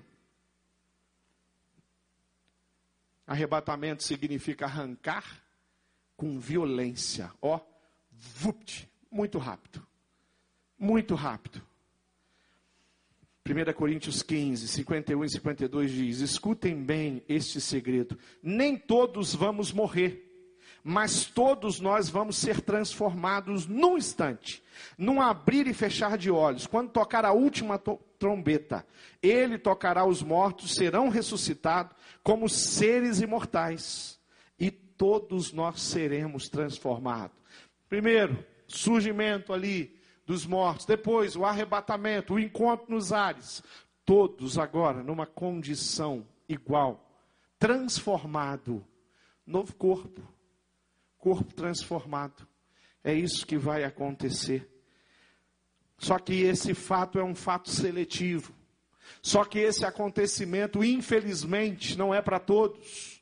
Arrebatamento significa arrancar com violência. Ó, vupt, muito rápido. Muito rápido. primeira Coríntios quinze, cinquenta e um e cinquenta e dois diz: escutem bem este segredo. Nem todos vamos morrer, mas todos nós vamos ser transformados num instante, num abrir e fechar de olhos. Quando tocar a última trombeta, ele tocará, os mortos serão ressuscitados como seres imortais, e todos nós seremos transformados. Primeiro, surgimento ali dos mortos, depois o arrebatamento, o encontro nos ares, todos agora numa condição igual, transformado, novo corpo, corpo transformado, é isso que vai acontecer. Só que esse fato é um fato seletivo, só que esse acontecimento, infelizmente, não é para todos.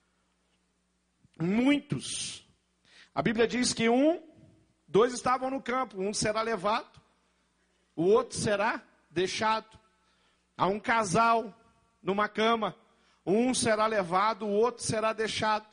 Muitos, a Bíblia diz que um Dois estavam no campo, um será levado, o outro será deixado. Há um casal numa cama, um será levado, o outro será deixado.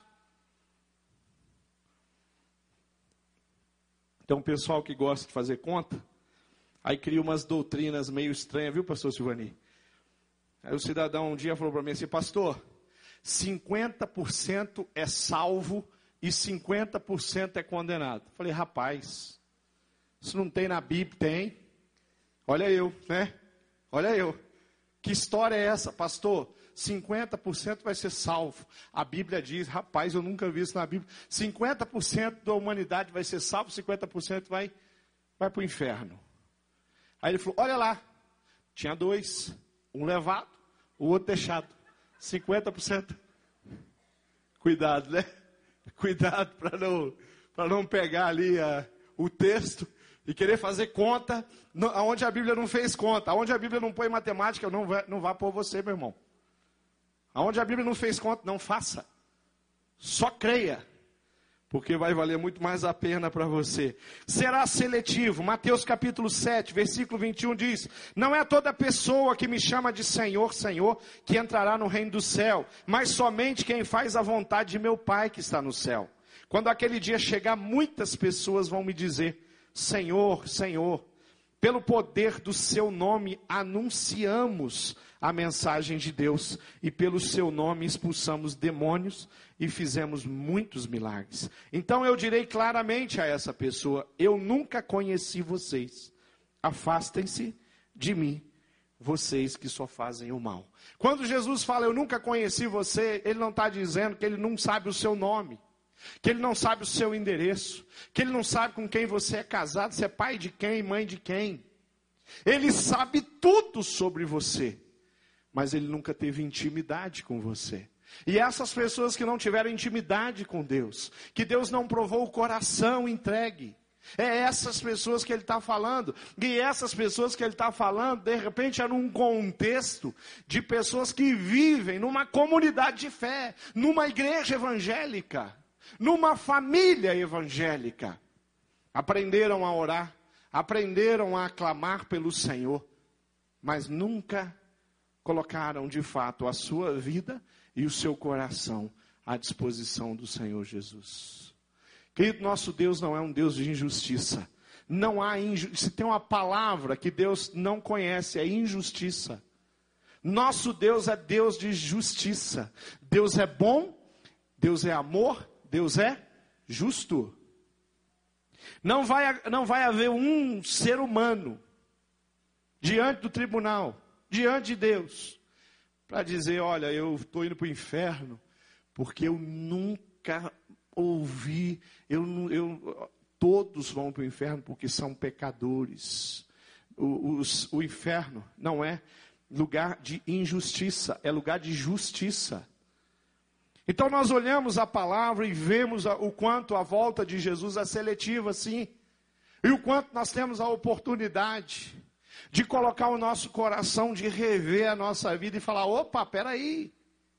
Então o pessoal que gosta de fazer conta, aí cria umas doutrinas meio estranhas, viu, pastor Silvani? Aí o cidadão um dia falou para mim assim: pastor, cinquenta por cento é salvo e cinquenta por cento é condenado. Falei: rapaz, isso não tem na Bíblia? Tem. Olha eu, né? Olha eu. Que história é essa, pastor? cinquenta por cento vai ser salvo. A Bíblia diz, rapaz, eu nunca vi isso na Bíblia. cinquenta por cento da humanidade vai ser salvo, cinquenta por cento vai, vai para o inferno. Aí ele falou: olha lá, tinha dois, um levado, o outro deixado. cinquenta por cento. Cuidado, né? Cuidado para não, para não pegar ali a, o texto e querer fazer conta no, onde a Bíblia não fez conta. Onde a Bíblia não põe matemática, não vai, não vai pôr você, meu irmão. Onde a Bíblia não fez conta, não faça. Só creia. porque vai valer muito mais a pena para você. Será seletivo. Mateus capítulo sete, versículo vinte e um diz: não é toda pessoa que me chama de Senhor, Senhor, que entrará no reino do céu, mas somente quem faz a vontade de meu Pai que está no céu. Quando aquele dia chegar, muitas pessoas vão me dizer: Senhor, Senhor, pelo poder do seu nome anunciamos a mensagem de Deus, e pelo seu nome expulsamos demônios e fizemos muitos milagres. Então eu direi claramente a essa pessoa: eu nunca conheci vocês, afastem-se de mim, vocês que só fazem o mal. Quando Jesus fala eu nunca conheci você, ele não está dizendo que ele não sabe o seu nome, que ele não sabe o seu endereço, que ele não sabe com quem você é casado, se é pai de quem, mãe de quem. Ele sabe tudo sobre você, mas ele nunca teve intimidade com você. E essas pessoas que não tiveram intimidade com Deus, que Deus não provou o coração entregue, é essas pessoas que ele está falando. E essas pessoas que ele está falando, de repente é num contexto de pessoas que vivem numa comunidade de fé, numa igreja evangélica, numa família evangélica. Aprenderam a orar, aprenderam a clamar pelo Senhor, mas nunca colocaram de fato a sua vida e o seu coração à disposição do Senhor Jesus. Querido, nosso Deus não é um Deus de injustiça. Não há injustiça. Se tem uma palavra que Deus não conhece, é injustiça. Nosso Deus é Deus de justiça. Deus é bom, Deus é amor, Deus é justo. Não vai, não vai haver um ser humano diante do tribunal, diante de Deus, para dizer: olha, eu estou indo para o inferno, porque eu nunca ouvi, eu, eu, todos vão para o inferno porque são pecadores. O, os, o inferno não é lugar de injustiça, é lugar de justiça. Então nós olhamos a palavra e vemos o quanto a volta de Jesus é seletiva, sim. E o quanto nós temos a oportunidade de colocar o nosso coração, de rever a nossa vida e falar: opa, peraí.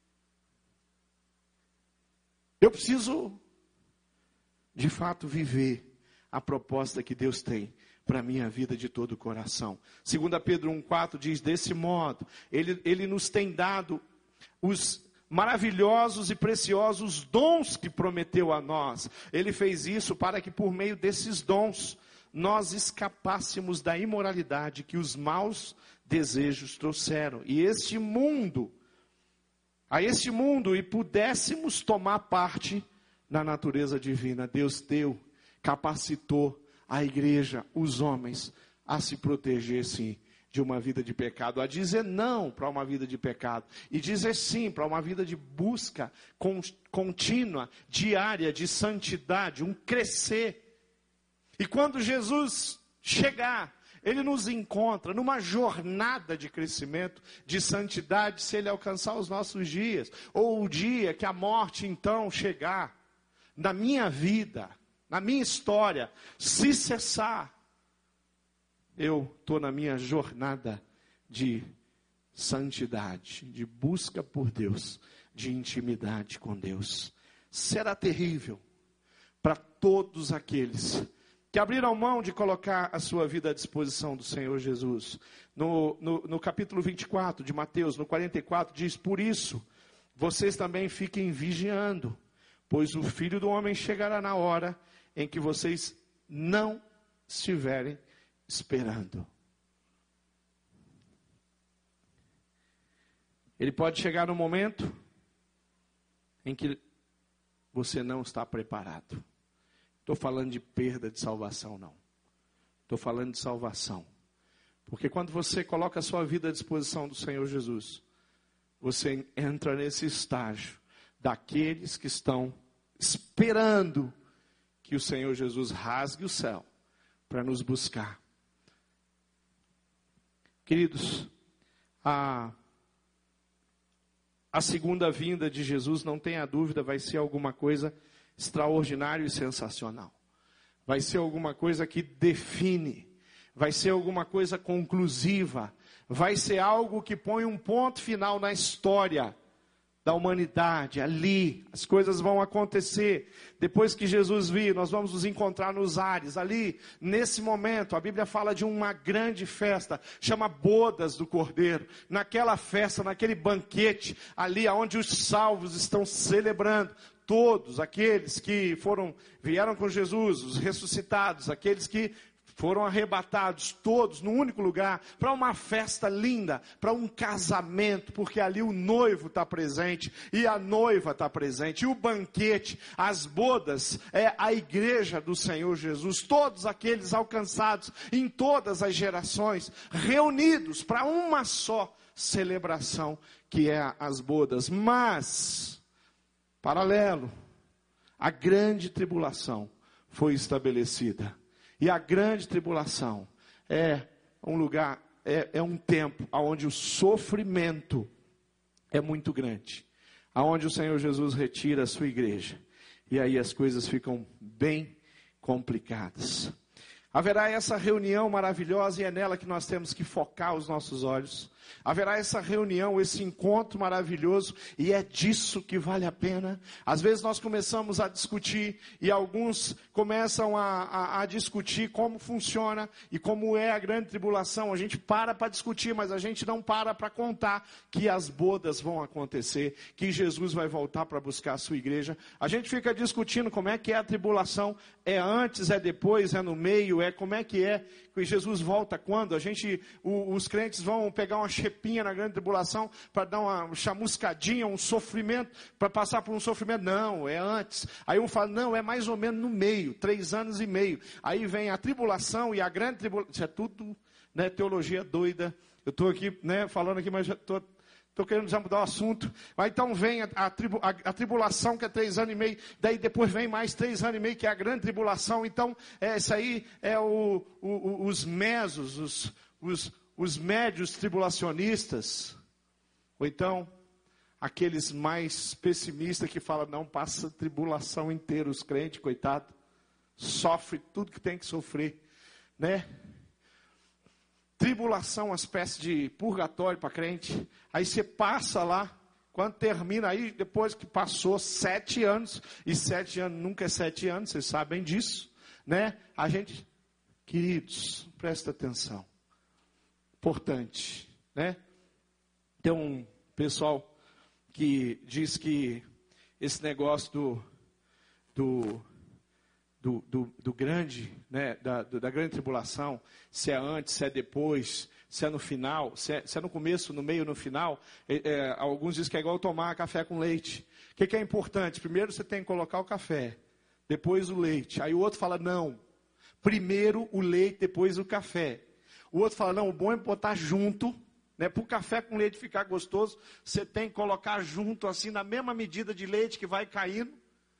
Eu preciso, de fato, viver a proposta que Deus tem para a minha vida de todo o coração. Segunda Pedro um, quatro diz: desse modo, Ele, Ele nos tem dado os maravilhosos e preciosos dons que prometeu a nós. Ele fez isso para que por meio desses dons nós escapássemos da imoralidade que os maus desejos trouxeram. E este mundo, a este mundo, e pudéssemos tomar parte na natureza divina. Deus deu, capacitou a igreja, os homens, a se proteger, sim, de uma vida de pecado, a dizer não para uma vida de pecado, e dizer sim para uma vida de busca contínua, diária, de santidade, um crescer. E quando Jesus chegar, Ele nos encontra numa jornada de crescimento, de santidade, se Ele alcançar os nossos dias, ou o dia que a morte então chegar, na minha vida, na minha história, se cessar, eu estou na minha jornada de santidade, de busca por Deus, de intimidade com Deus. Será terrível para todos aqueles que abriram mão de colocar a sua vida à disposição do Senhor Jesus. No, no, no capítulo vinte e quatro de Mateus, no quarenta e quatro, diz: por isso, vocês também fiquem vigiando, pois o Filho do Homem chegará na hora em que vocês não estiverem esperando. Ele pode chegar no momento em que você não está preparado. Estou falando de perda de salvação, não. Estou falando de salvação. Porque quando você coloca a sua vida à disposição do Senhor Jesus, você entra nesse estágio daqueles que estão esperando que o Senhor Jesus rasgue o céu para nos buscar. Queridos, a, a segunda vinda de Jesus, não tenha dúvida, vai ser alguma coisa extraordinária e sensacional. Vai ser alguma coisa que define, vai ser alguma coisa conclusiva, vai ser algo que põe um ponto final na história da humanidade. Ali as coisas vão acontecer. Depois que Jesus vir, nós vamos nos encontrar nos ares. Ali, nesse momento, a Bíblia fala de uma grande festa, chama Bodas do Cordeiro. Naquela festa, naquele banquete, ali onde os salvos estão celebrando. Todos aqueles que foram, vieram com Jesus, os ressuscitados, aqueles que foram arrebatados, todos num único lugar, para uma festa linda, para um casamento, porque ali o noivo está presente, e a noiva está presente, e o banquete, as bodas, é a igreja do Senhor Jesus, todos aqueles alcançados em todas as gerações, reunidos para uma só celebração, que é as bodas. Mas, paralelo, a grande tribulação foi estabelecida. E a grande tribulação é um lugar, é, é um tempo onde o sofrimento é muito grande. Onde o Senhor Jesus retira a sua igreja. E aí as coisas ficam bem complicadas. Haverá essa reunião maravilhosa e é nela que nós temos que focar os nossos olhos. Haverá essa reunião, esse encontro maravilhoso, e é disso que vale a pena. Às vezes nós começamos a discutir, e alguns começam a, a, a discutir como funciona, e como é a grande tribulação. A gente para para discutir, mas a gente não para para contar que as bodas vão acontecer, que Jesus vai voltar para buscar a sua igreja. A gente fica discutindo como é que é a tribulação, é antes, é depois, é no meio, é como é que é, que Jesus volta quando? A gente, o, os crentes vão pegar uma chepinha na grande tribulação para dar uma chamuscadinha, um sofrimento, para passar por um sofrimento. Não, é antes. Aí um fala, não, é mais ou menos no meio, três anos e meio. Aí vem a tribulação e a grande tribulação. Isso é tudo, né, teologia doida. Eu estou aqui, né, falando aqui, mas já estou... Estou querendo já mudar o assunto. Mas então vem a, a, tribu, a, a tribulação, que é três anos e meio. Daí depois vem mais três anos e meio, que é a grande tribulação. Então, é, isso aí é o, o, os mesos, os, os, os médios tribulacionistas. Ou então, aqueles mais pessimistas que falam, não, passa a tribulação inteira. Os crentes, coitado, sofre tudo que tem que sofrer. Né? Tribulação, uma espécie de purgatório para crente. Aí você passa lá, quando termina aí, depois que passou sete anos, e sete anos nunca é sete anos, vocês sabem disso, né? A gente, queridos, presta atenção. Importante, né? Tem um pessoal que diz que esse negócio do... do Do, do, do grande, né, da, do, da grande tribulação, se é antes, se é depois, se é no final, se é, se é no começo, no meio, no final, é, é, alguns dizem que é igual tomar café com leite. O que, que é importante? Primeiro você tem que colocar o café, depois o leite. Aí o outro fala, não, primeiro o leite, depois o café. O outro fala, não, o bom é botar junto, né, para o café com leite ficar gostoso, você tem que colocar junto, assim, na mesma medida de leite que vai caindo.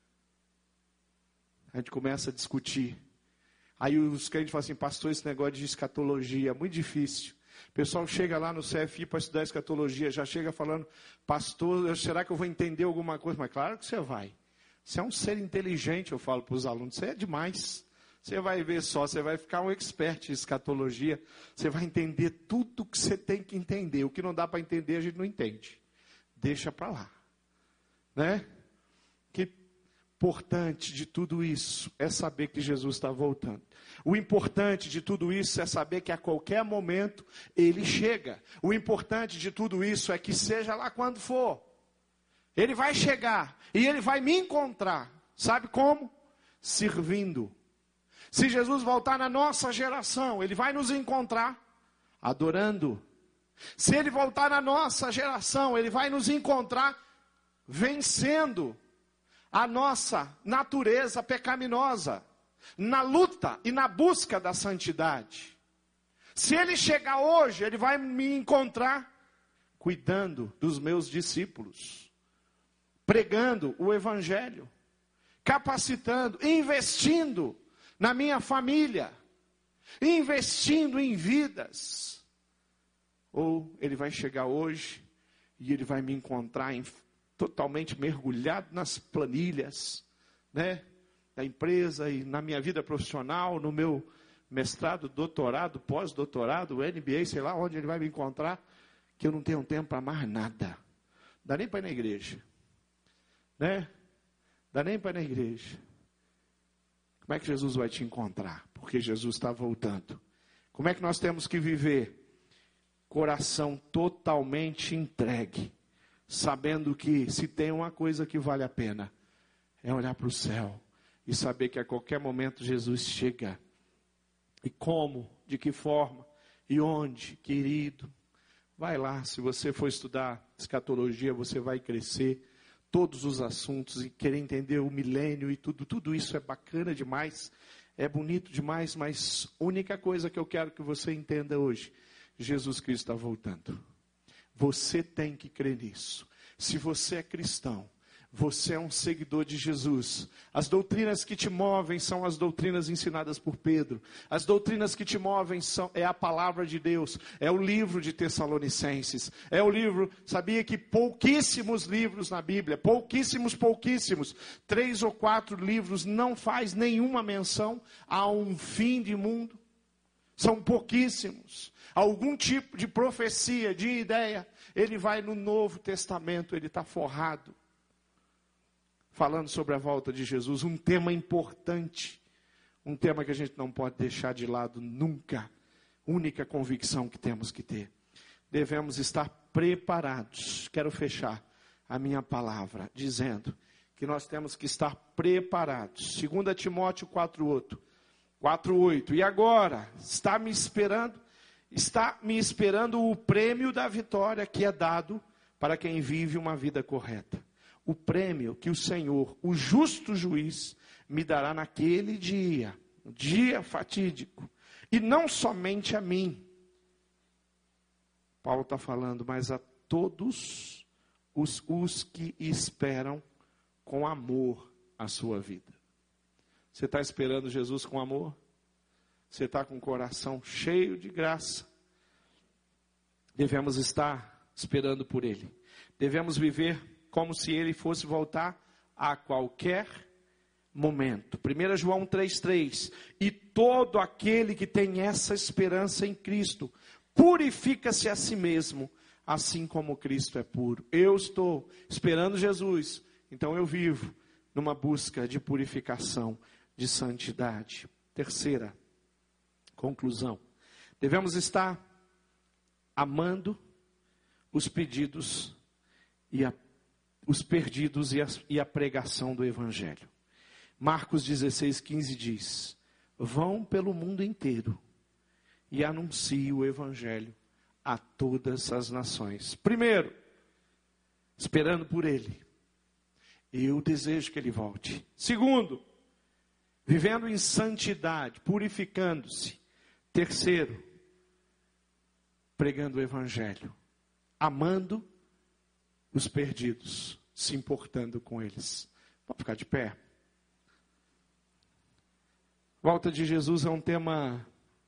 A gente começa a discutir. Aí os crentes falam assim, pastor, esse negócio de escatologia é muito difícil. O pessoal chega lá no C F I para estudar escatologia, já chega falando, pastor, será que eu vou entender alguma coisa? Mas claro que você vai. Você é um ser inteligente, eu falo para os alunos, você é demais. Você vai ver só, você vai ficar um expert em escatologia, você vai entender tudo que você tem que entender. O que não dá para entender, a gente não entende. Deixa para lá. Né? Que importante de tudo isso é saber que Jesus está voltando. O importante de tudo isso é saber que a qualquer momento Ele chega. O importante de tudo isso é que seja lá quando for. Ele vai chegar e Ele vai me encontrar. Sabe como? Servindo. Se Jesus voltar na nossa geração, Ele vai nos encontrar adorando. Se Ele voltar na nossa geração, Ele vai nos encontrar vencendo a nossa natureza pecaminosa, na luta e na busca da santidade. Se Ele chegar hoje, Ele vai me encontrar cuidando dos meus discípulos, pregando o Evangelho, capacitando, investindo na minha família, investindo em vidas. Ou Ele vai chegar hoje e Ele vai me encontrar em totalmente mergulhado nas planilhas, né, da empresa e na minha vida profissional, no meu mestrado, doutorado, pós-doutorado, N B A, sei lá onde Ele vai me encontrar, que eu não tenho tempo para mais nada. Dá nem para ir na igreja. Né? Dá nem para ir na igreja. Como é que Jesus vai te encontrar? Porque Jesus está voltando. Como é que nós temos que viver? Coração totalmente entregue. Sabendo que se tem uma coisa que vale a pena, é olhar para o céu. E saber que a qualquer momento Jesus chega. E como? De que forma? E onde? Querido, vai lá. Se você for estudar escatologia, você vai crescer. Todos os assuntos e querer entender o milênio e tudo, tudo isso é bacana demais, é bonito demais, mas a única coisa que eu quero que você entenda hoje, Jesus Cristo está voltando. Você tem que crer nisso. Se você é cristão, você é um seguidor de Jesus. As doutrinas que te movem são as doutrinas ensinadas por Pedro. As doutrinas que te movem são, é a palavra de Deus. É o livro de Tessalonicenses. É o livro, sabia que pouquíssimos livros na Bíblia, pouquíssimos, pouquíssimos, três ou quatro livros não faz nenhuma menção a um fim de mundo. São pouquíssimos. Algum tipo de profecia, de ideia, ele vai no Novo Testamento, ele está forrado. Falando sobre a volta de Jesus, um tema importante, um tema que a gente não pode deixar de lado nunca, única convicção que temos que ter. Devemos estar preparados. Quero fechar a minha palavra dizendo que nós temos que estar preparados. Segunda Timóteo quatro oito. E agora, está me esperando, está me esperando o prêmio da vitória que é dado para quem vive uma vida correta. O prêmio que o Senhor, o justo juiz, me dará naquele dia, um dia fatídico, e não somente a mim. Paulo está falando, mas a todos os, os que esperam com amor a sua vida. Você está esperando Jesus com amor? Você está com o coração cheio de graça? Devemos estar esperando por Ele. Devemos viver como se Ele fosse voltar a qualquer momento. primeira João três três. E todo aquele que tem essa esperança em Cristo, purifica-se a si mesmo, assim como Cristo é puro. Eu estou esperando Jesus, então eu vivo numa busca de purificação, de santidade. Terceira conclusão. Devemos estar amando os pedidos e a os perdidos e a, e a pregação do Evangelho. Marcos dezesseis, quinze diz, vão pelo mundo inteiro e anunciem o Evangelho a todas as nações. Primeiro, esperando por Ele. Eu desejo que Ele volte. Segundo, vivendo em santidade, purificando-se. Terceiro, pregando o Evangelho, amando os perdidos, se importando com eles. Vamos ficar de pé. Volta de Jesus é um tema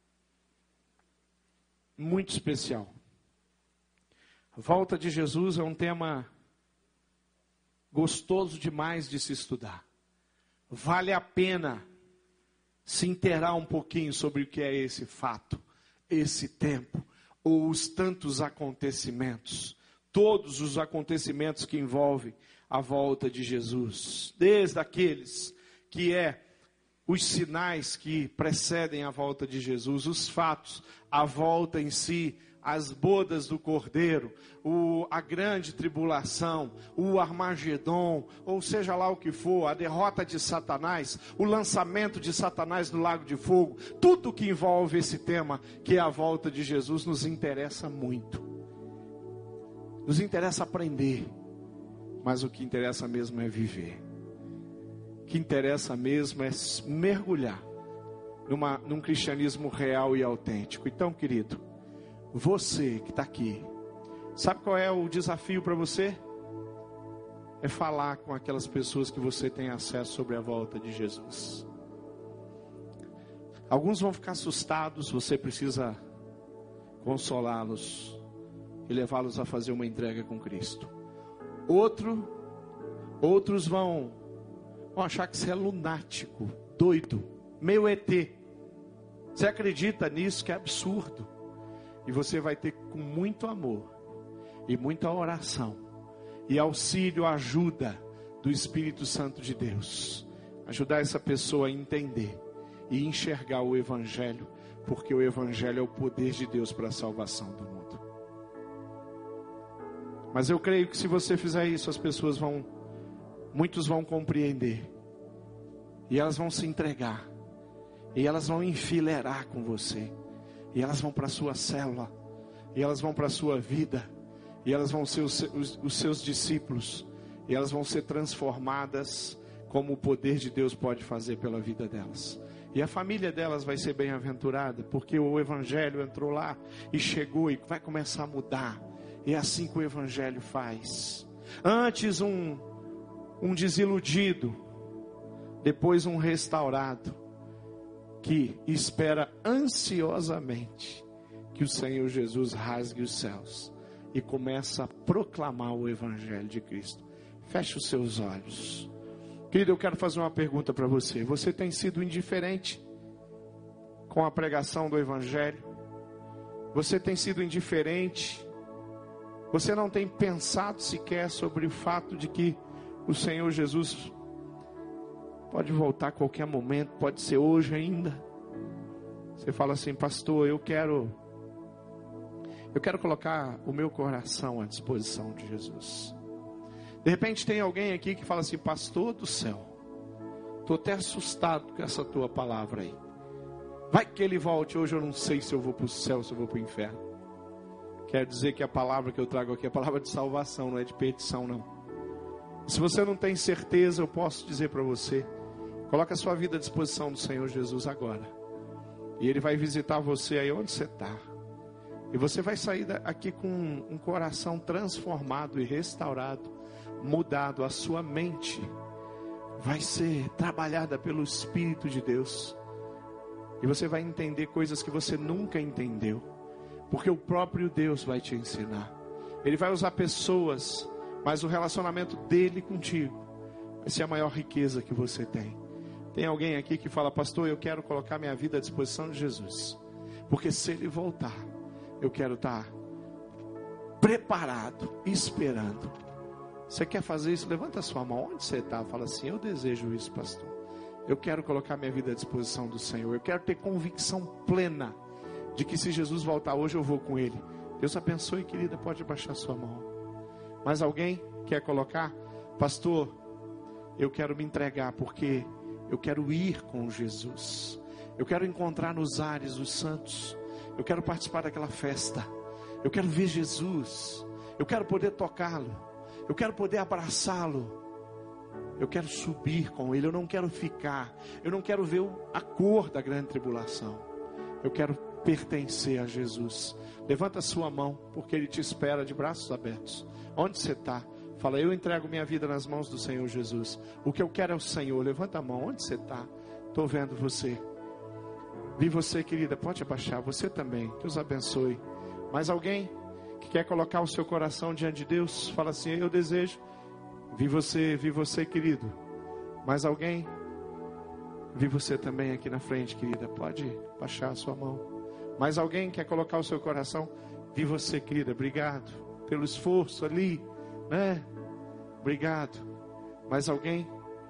muito especial. Volta de Jesus é um tema gostoso demais de se estudar. Vale a pena se inteirar um pouquinho sobre o que é esse fato, esse tempo, ou os tantos acontecimentos. Todos os acontecimentos que envolvem a volta de Jesus, desde aqueles que é os sinais que precedem a volta de Jesus, os fatos, a volta em si, as bodas do Cordeiro, o, a grande tribulação, o Armagedon, ou seja lá o que for, a derrota de Satanás, o lançamento de Satanás no lago de fogo, tudo que envolve esse tema, que é a volta de Jesus, nos interessa muito. Nos interessa aprender, mas o que interessa mesmo é viver. O que interessa mesmo é mergulhar numa, num cristianismo real e autêntico. Então, querido, você que está aqui, sabe qual é o desafio para você? É falar com aquelas pessoas que você tem acesso sobre a volta de Jesus. Alguns vão ficar assustados, você precisa consolá-los e levá-los a fazer uma entrega com Cristo. Outro, outros vão, vão achar que você é lunático, doido, meio E T. Você acredita nisso? Que é absurdo. E você vai ter com muito amor e muita oração e auxílio, ajuda do Espírito Santo de Deus. Ajudar essa pessoa a entender e enxergar o Evangelho, porque o Evangelho é o poder de Deus para a salvação do mundo. Mas eu creio que se você fizer isso, as pessoas vão, muitos vão compreender, e elas vão se entregar, e elas vão enfileirar com você, e elas vão para a sua célula, e elas vão para a sua vida, e elas vão ser os, os, os seus discípulos, e elas vão ser transformadas como o poder de Deus pode fazer pela vida delas. E a família delas vai ser bem-aventurada, porque o Evangelho entrou lá e chegou e vai começar a mudar. É assim que o Evangelho faz. Antes um, um desiludido, depois um restaurado, que espera ansiosamente que o Senhor Jesus rasgue os céus e começa a proclamar o Evangelho de Cristo. Feche os seus olhos. Querido, eu quero fazer uma pergunta para você. Você tem sido indiferente com a pregação do Evangelho? Você tem sido indiferente? Você não tem pensado sequer sobre o fato de que o Senhor Jesus pode voltar a qualquer momento, pode ser hoje ainda? Você fala assim: pastor, eu quero, eu quero colocar o meu coração à disposição de Jesus. De repente tem alguém aqui que fala assim: pastor do céu, estou até assustado com essa tua palavra aí. Vai que ele volte hoje, eu não sei se eu vou para o céu, se eu vou para o inferno. Quer dizer que a palavra que eu trago aqui é a palavra de salvação, não é de petição não. Se você não tem certeza, eu posso dizer para você: coloque a sua vida à disposição do Senhor Jesus agora. E Ele vai visitar você aí onde você está. E você vai sair aqui com um coração transformado e restaurado, mudado. A sua mente vai ser trabalhada pelo Espírito de Deus. E você vai entender coisas que você nunca entendeu, porque o próprio Deus vai te ensinar. Ele vai usar pessoas, mas o relacionamento dele contigo vai ser a maior riqueza que você tem. Tem alguém aqui que fala: pastor, eu quero colocar minha vida à disposição de Jesus, porque se ele voltar, eu quero estar preparado, esperando. Você quer fazer isso? Levanta a sua mão. Onde você está? Fala assim: eu desejo isso, pastor. Eu quero colocar minha vida à disposição do Senhor. Eu quero ter convicção plena de que se Jesus voltar hoje, eu vou com Ele. Deus abençoe, querida. Pode baixar sua mão. Mais alguém quer colocar? Pastor, eu quero me entregar, porque eu quero ir com Jesus. Eu quero encontrar nos ares os santos. Eu quero participar daquela festa. Eu quero ver Jesus. Eu quero poder tocá-lo. Eu quero poder abraçá-lo. Eu quero subir com Ele. Eu não quero ficar. Eu não quero ver a cor da grande tribulação. Eu quero pertencer a Jesus. Levanta a sua mão, porque Ele te espera de braços abertos. Onde você está? Fala: eu entrego minha vida nas mãos do Senhor Jesus. O que eu quero é o Senhor. Levanta a mão. Onde você está? Estou vendo você. Vi você, querida. Pode abaixar. Você também. Deus abençoe. Mais alguém que quer colocar o seu coração diante de Deus? Fala assim: eu desejo. Vi você, vi você, querido. Mais alguém? Vi você também aqui na frente, querida. Pode baixar a sua mão. Mais alguém quer colocar o seu coração? Vi você, querida. Obrigado pelo esforço ali, né? Obrigado. Mais alguém?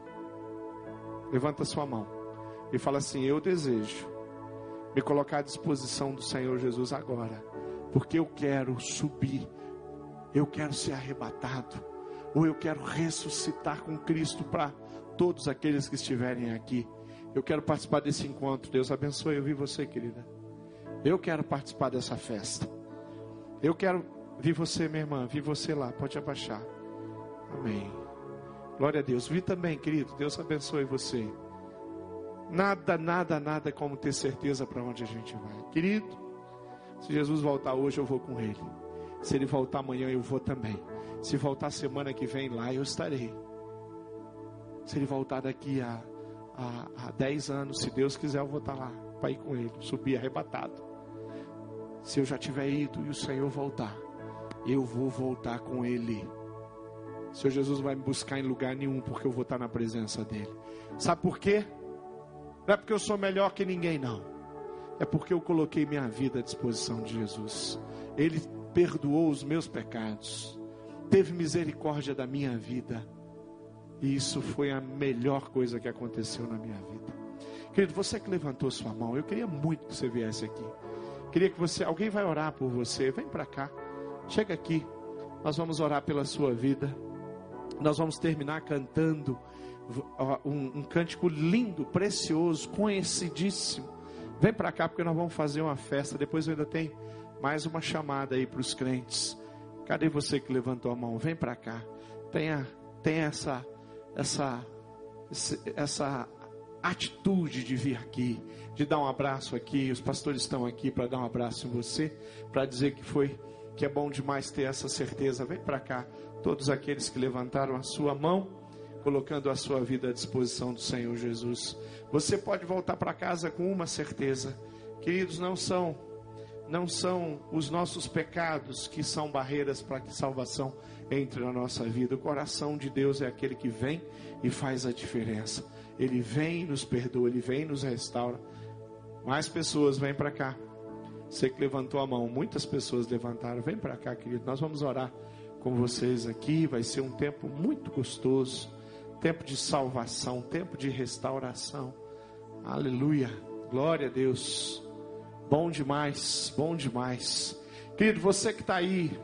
Levanta a sua mão e fala assim: eu desejo me colocar à disposição do Senhor Jesus agora, porque eu quero subir, eu quero ser arrebatado, ou eu quero ressuscitar com Cristo para todos aqueles que estiverem aqui. Eu quero participar desse encontro. Deus abençoe. Eu vi você, querida. Eu quero participar dessa festa. Eu quero. Vi você, minha irmã. Vi você lá. Pode abaixar. Amém. Glória a Deus. Vi também, querido. Deus abençoe você. Nada, nada, nada como ter certeza para onde a gente vai. Querido, se Jesus voltar hoje, eu vou com Ele. Se Ele voltar amanhã, eu vou também. Se voltar semana que vem, lá eu estarei. Se Ele voltar daqui a, a, a dez anos, se Deus quiser, eu vou estar lá para ir com Ele, subir arrebatado. Se eu já tiver ido e o Senhor voltar, eu vou voltar com Ele. O Senhor Jesus vai me buscar em lugar nenhum, porque eu vou estar na presença dEle. Sabe por quê? Não é porque eu sou melhor que ninguém, não. É porque eu coloquei minha vida à disposição de Jesus. Ele perdoou os meus pecados. teve misericórdia da minha vida. E isso foi a melhor coisa que aconteceu na minha vida. Querido, você que levantou sua mão, eu queria muito que você viesse aqui. Queria que você, alguém vai orar por você. Vem para cá, chega aqui. Nós vamos orar pela sua vida. Nós vamos terminar cantando um, um cântico lindo, precioso, conhecidíssimo. Vem para cá porque nós vamos fazer uma festa. Depois ainda tem mais uma chamada aí para os crentes. Cadê você que levantou a mão? Vem para cá. Tenha, tenha essa, essa, essa atitude de vir aqui, de dar um abraço aqui. Os pastores estão aqui para dar um abraço em você, para dizer que foi, que é bom demais ter essa certeza. Vem para cá, todos aqueles que levantaram a sua mão, colocando a sua vida à disposição do Senhor Jesus. Você pode voltar para casa com uma certeza, queridos, não são, não são os nossos pecados que são barreiras para que salvação entre na nossa vida. O coração de Deus é aquele que vem e faz a diferença. Ele vem e nos perdoa, Ele vem e nos restaura. Mais pessoas, vem para cá. Você que levantou a mão, muitas pessoas levantaram. Vem para cá, querido, nós vamos orar com vocês aqui. Vai ser um tempo muito gostoso, tempo de salvação, tempo de restauração. Aleluia, glória a Deus. Bom demais, bom demais. Querido, você que está aí,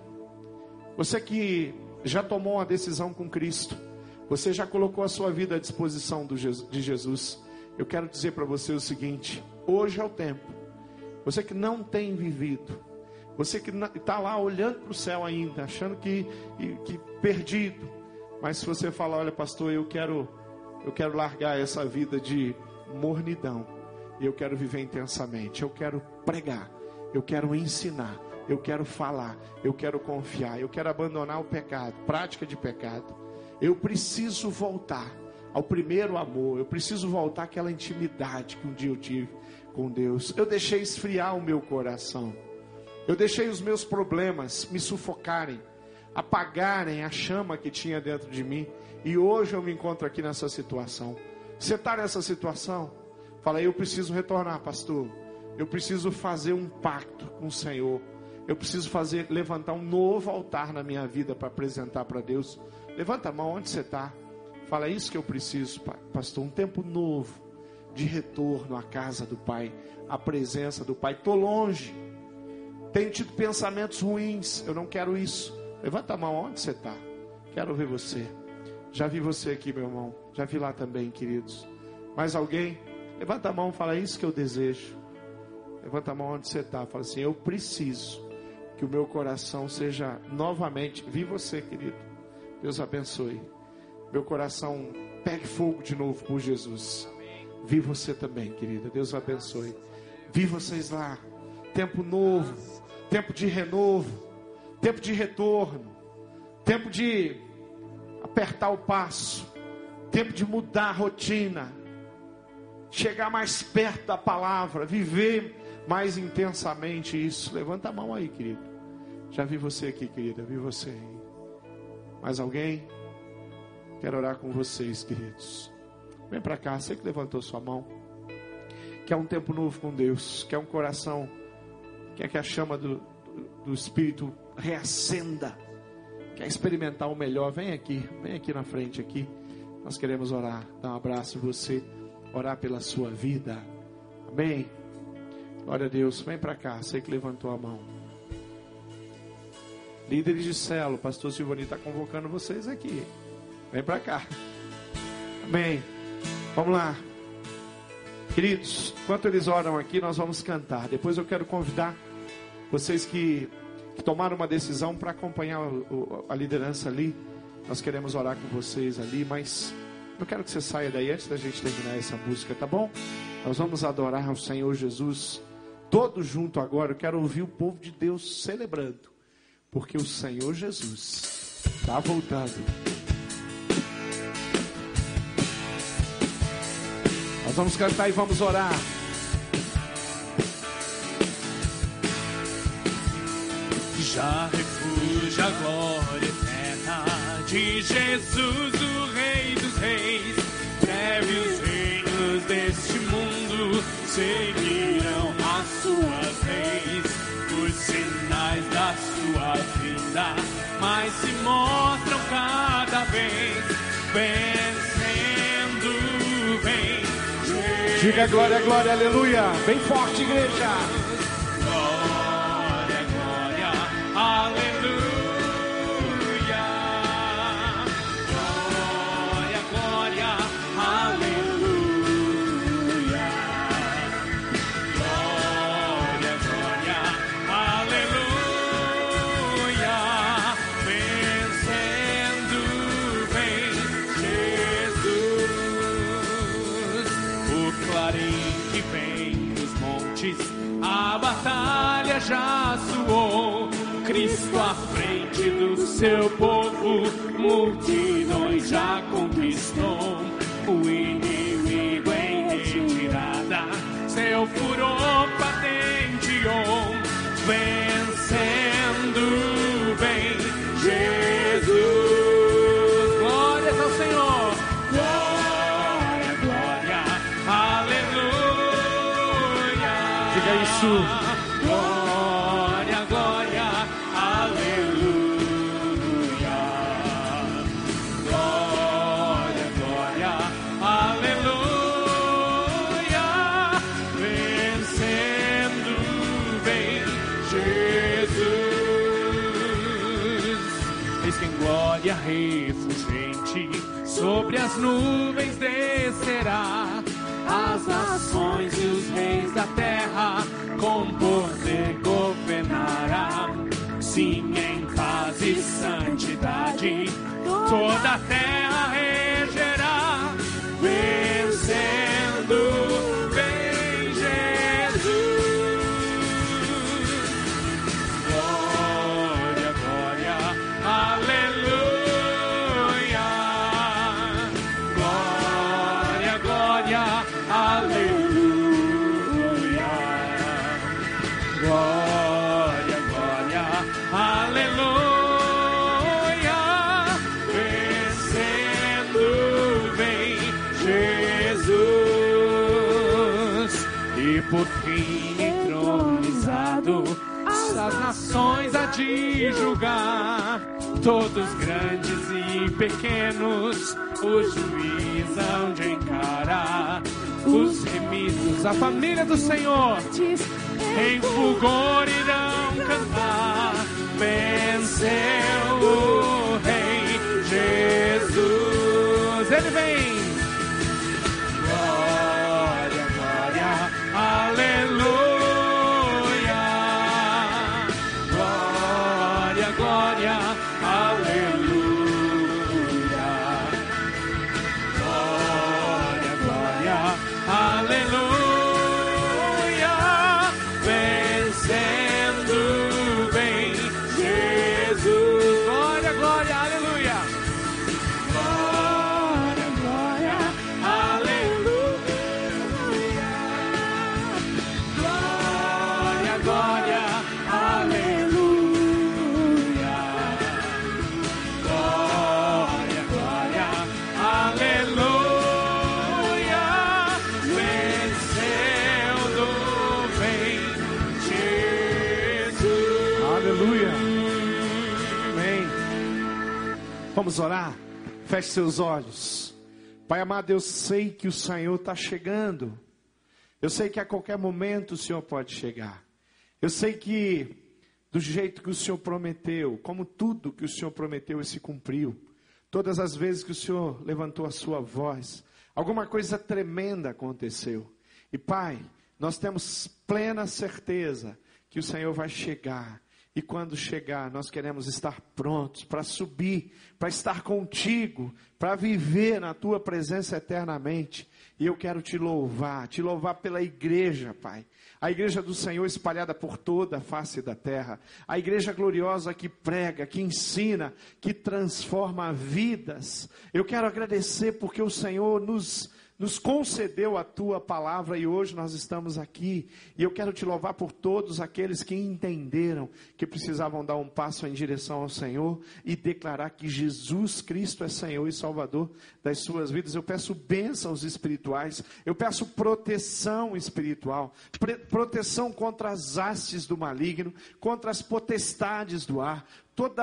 você que já tomou uma decisão com Cristo, você já colocou a sua vida à disposição do Jesus, de Jesus. Eu quero dizer para você o seguinte: hoje é o tempo. Você que não tem vivido, você que está lá olhando para o céu ainda, achando que, que perdido. Mas se você falar, olha pastor, eu quero, eu quero largar essa vida de mornidão, e eu quero viver intensamente, eu quero pregar, eu quero ensinar, eu quero falar, eu quero confiar, eu quero abandonar o pecado, prática de pecado. Eu preciso voltar ao primeiro amor, eu preciso voltar àquela intimidade que um dia eu tive com Deus. Eu deixei esfriar o meu coração, eu deixei os meus problemas me sufocarem, apagarem a chama que tinha dentro de mim, e hoje eu me encontro aqui nessa situação. Você está nessa situação? Fala, eu preciso retornar, pastor, eu preciso fazer um pacto com o Senhor, eu preciso fazer, levantar um novo altar na minha vida para apresentar para Deus. Levanta a mão onde você está. Fala, é isso que eu preciso, pastor, um tempo novo de retorno à casa do Pai, à presença do Pai. Estou longe, tenho tido pensamentos ruins, eu não quero isso. Levanta a mão onde você está, quero ver você. Já vi você aqui, meu irmão, já vi lá também, queridos. Mais alguém? Levanta a mão e fala, é isso que eu desejo. Levanta a mão onde você está, fala assim, eu preciso que o meu coração seja novamente. Vi você, querido, Deus abençoe. Meu coração pegue fogo de novo por Jesus. Vi você também, querida, Deus abençoe. Vi vocês lá, tempo novo, tempo de renovo, tempo de retorno, tempo de apertar o passo, tempo de mudar a rotina, chegar mais perto da palavra, viver mais intensamente isso. Levanta a mão aí, querido. Já vi você aqui, querida, vi você aí. Mais alguém? Quero orar com vocês, queridos. Vem para cá, você que levantou sua mão. Quer um tempo novo com Deus, quer um coração, quer que a chama do, do, do Espírito reacenda, quer experimentar o melhor, vem aqui, vem aqui na frente aqui. Nós queremos orar, dar um abraço em você, orar pela sua vida. Amém? Glória a Deus, vem para cá, você que levantou a mão. Líderes de célula, o pastor Silvani está convocando vocês aqui. Vem para cá. Amém. Vamos lá. Queridos, enquanto eles oram aqui, nós vamos cantar. Depois eu quero convidar vocês que, que tomaram uma decisão para acompanhar o, o, a liderança ali. Nós queremos orar com vocês ali, mas eu quero que você saia daí antes da gente terminar essa música, tá bom? Nós vamos adorar o Senhor Jesus todos juntos agora. Eu quero ouvir o povo de Deus celebrando, porque o Senhor Jesus está voltando. Nós vamos cantar e vamos orar. Já refúgio a glória eterna de Jesus, o Rei dos Reis. Breve os reinos deste mundo seguirão a sua vez. Os sinais da sua vinda, mas mais se mostram cada vez vencendo, vem Jesus. Diga glória, glória, aleluia. Bem forte, igreja. Glória, glória, aleluia. Glória, glória, aleluia. Glória, glória, aleluia. Vencendo vem Jesus. O clarim que vem dos montes, a batalha já soou. Cristo à frente do seu povo, multidões já conquistou. O inimigo em retirada, seu furor patenteou. Vencendo vem Jesus. Glórias ao Senhor. Glória, glória, aleluia. Diga isso. Glória, glória, aleluia. Glória, glória, aleluia. Vencendo vem Jesus. Eis que em glória refulgente sobre as nuvens descerá. As nações e os reis da terra com poder governará. Sim, em paz e santidade toda a terra regerá. Vencendo vem Jesus. Glória, glória, aleluia. Glória, glória, aleluia. Glória, glória, aleluia. Vencendo vem Jesus. E por fim entronizado, as nações há de julgar. Todos grandes e pequenos, o juiz hão de encarar. Os remidos, a família do Senhor, em fulgor irão cantar. Venceu o Rei Jesus. Ele vem. Glória, glória, aleluia. Glória, glória, aleluia. Glória, glória, aleluia. Vencendo vem Jesus. Glória, glória, aleluia. Glória, glória, aleluia. Glória, glória, aleluia. Glória, glória, aleluia. Vencendo vem Jesus. Aleluia. Amém. Vamos orar? Feche seus olhos. Pai amado, eu sei que o Senhor está chegando. Eu sei que a qualquer momento o Senhor pode chegar. Eu sei que do jeito que o Senhor prometeu, como tudo que o Senhor prometeu e se cumpriu, todas as vezes que o Senhor levantou a sua voz, alguma coisa tremenda aconteceu. E Pai, nós temos plena certeza que o Senhor vai chegar. E quando chegar, nós queremos estar prontos para subir, para estar contigo, para viver na tua presença eternamente. E eu quero te louvar, te louvar pela igreja, Pai. A igreja do Senhor espalhada por toda a face da terra. A igreja gloriosa que prega, que ensina, que transforma vidas. Eu quero agradecer porque o Senhor nos... nos concedeu a tua palavra e hoje nós estamos aqui. E eu quero te louvar por todos aqueles que entenderam que precisavam dar um passo em direção ao Senhor e declarar que Jesus Cristo é Senhor e Salvador das suas vidas. Eu peço bênçãos espirituais, eu peço proteção espiritual, proteção contra as hastes do maligno, contra as potestades do ar, toda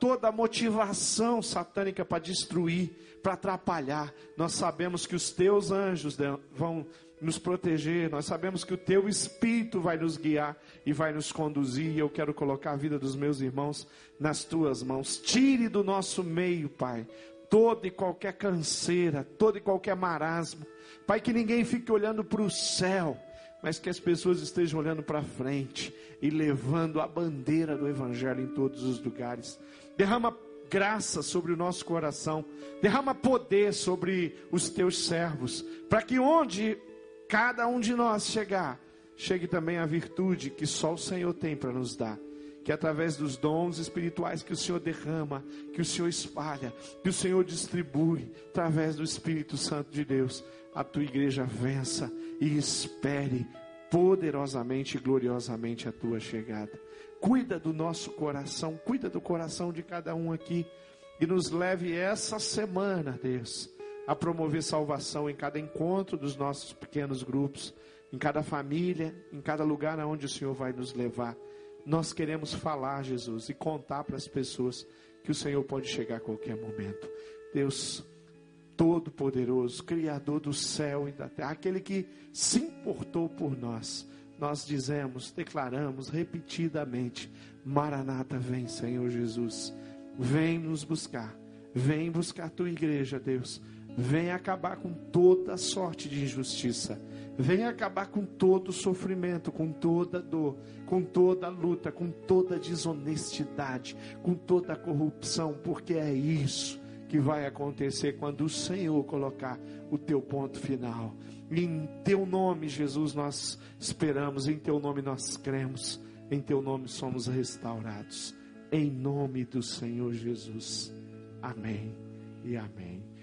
toda a motivação satânica para destruir, para atrapalhar. Nós sabemos que os teus anjos vão nos proteger, nós sabemos que o teu Espírito vai nos guiar e vai nos conduzir. E eu quero colocar a vida dos meus irmãos nas tuas mãos. Tire do nosso meio, Pai, toda e qualquer canseira, todo e qualquer marasmo. Pai, que ninguém fique olhando para o céu, mas que as pessoas estejam olhando para frente e levando a bandeira do Evangelho em todos os lugares. Derrama graça sobre o nosso coração, derrama poder sobre os teus servos, para que onde cada um de nós chegar, chegue também a virtude que só o Senhor tem para nos dar. Que através dos dons espirituais que o Senhor derrama, que o Senhor espalha, que o Senhor distribui, através do Espírito Santo de Deus, a tua igreja vença e espere poderosamente e gloriosamente a tua chegada. Cuida do nosso coração, cuida do coração de cada um aqui, e nos leve essa semana, Deus, a promover salvação em cada encontro dos nossos pequenos grupos, em cada família, em cada lugar aonde o Senhor vai nos levar. Nós queremos falar, Jesus, e contar para as pessoas que o Senhor pode chegar a qualquer momento. Deus Todo-Poderoso, Criador do céu e da terra, aquele que se importou por nós, nós dizemos, declaramos repetidamente: Maranata, vem, Senhor Jesus, vem nos buscar, vem buscar a tua igreja, Deus, vem acabar com toda sorte de injustiça, vem acabar com todo sofrimento, com toda dor, com toda luta, com toda desonestidade, com toda corrupção, porque é isso que vai acontecer quando o Senhor colocar o teu ponto final. Em teu nome, Jesus, nós esperamos, em teu nome nós cremos, em teu nome somos restaurados, em nome do Senhor Jesus. Amém e amém.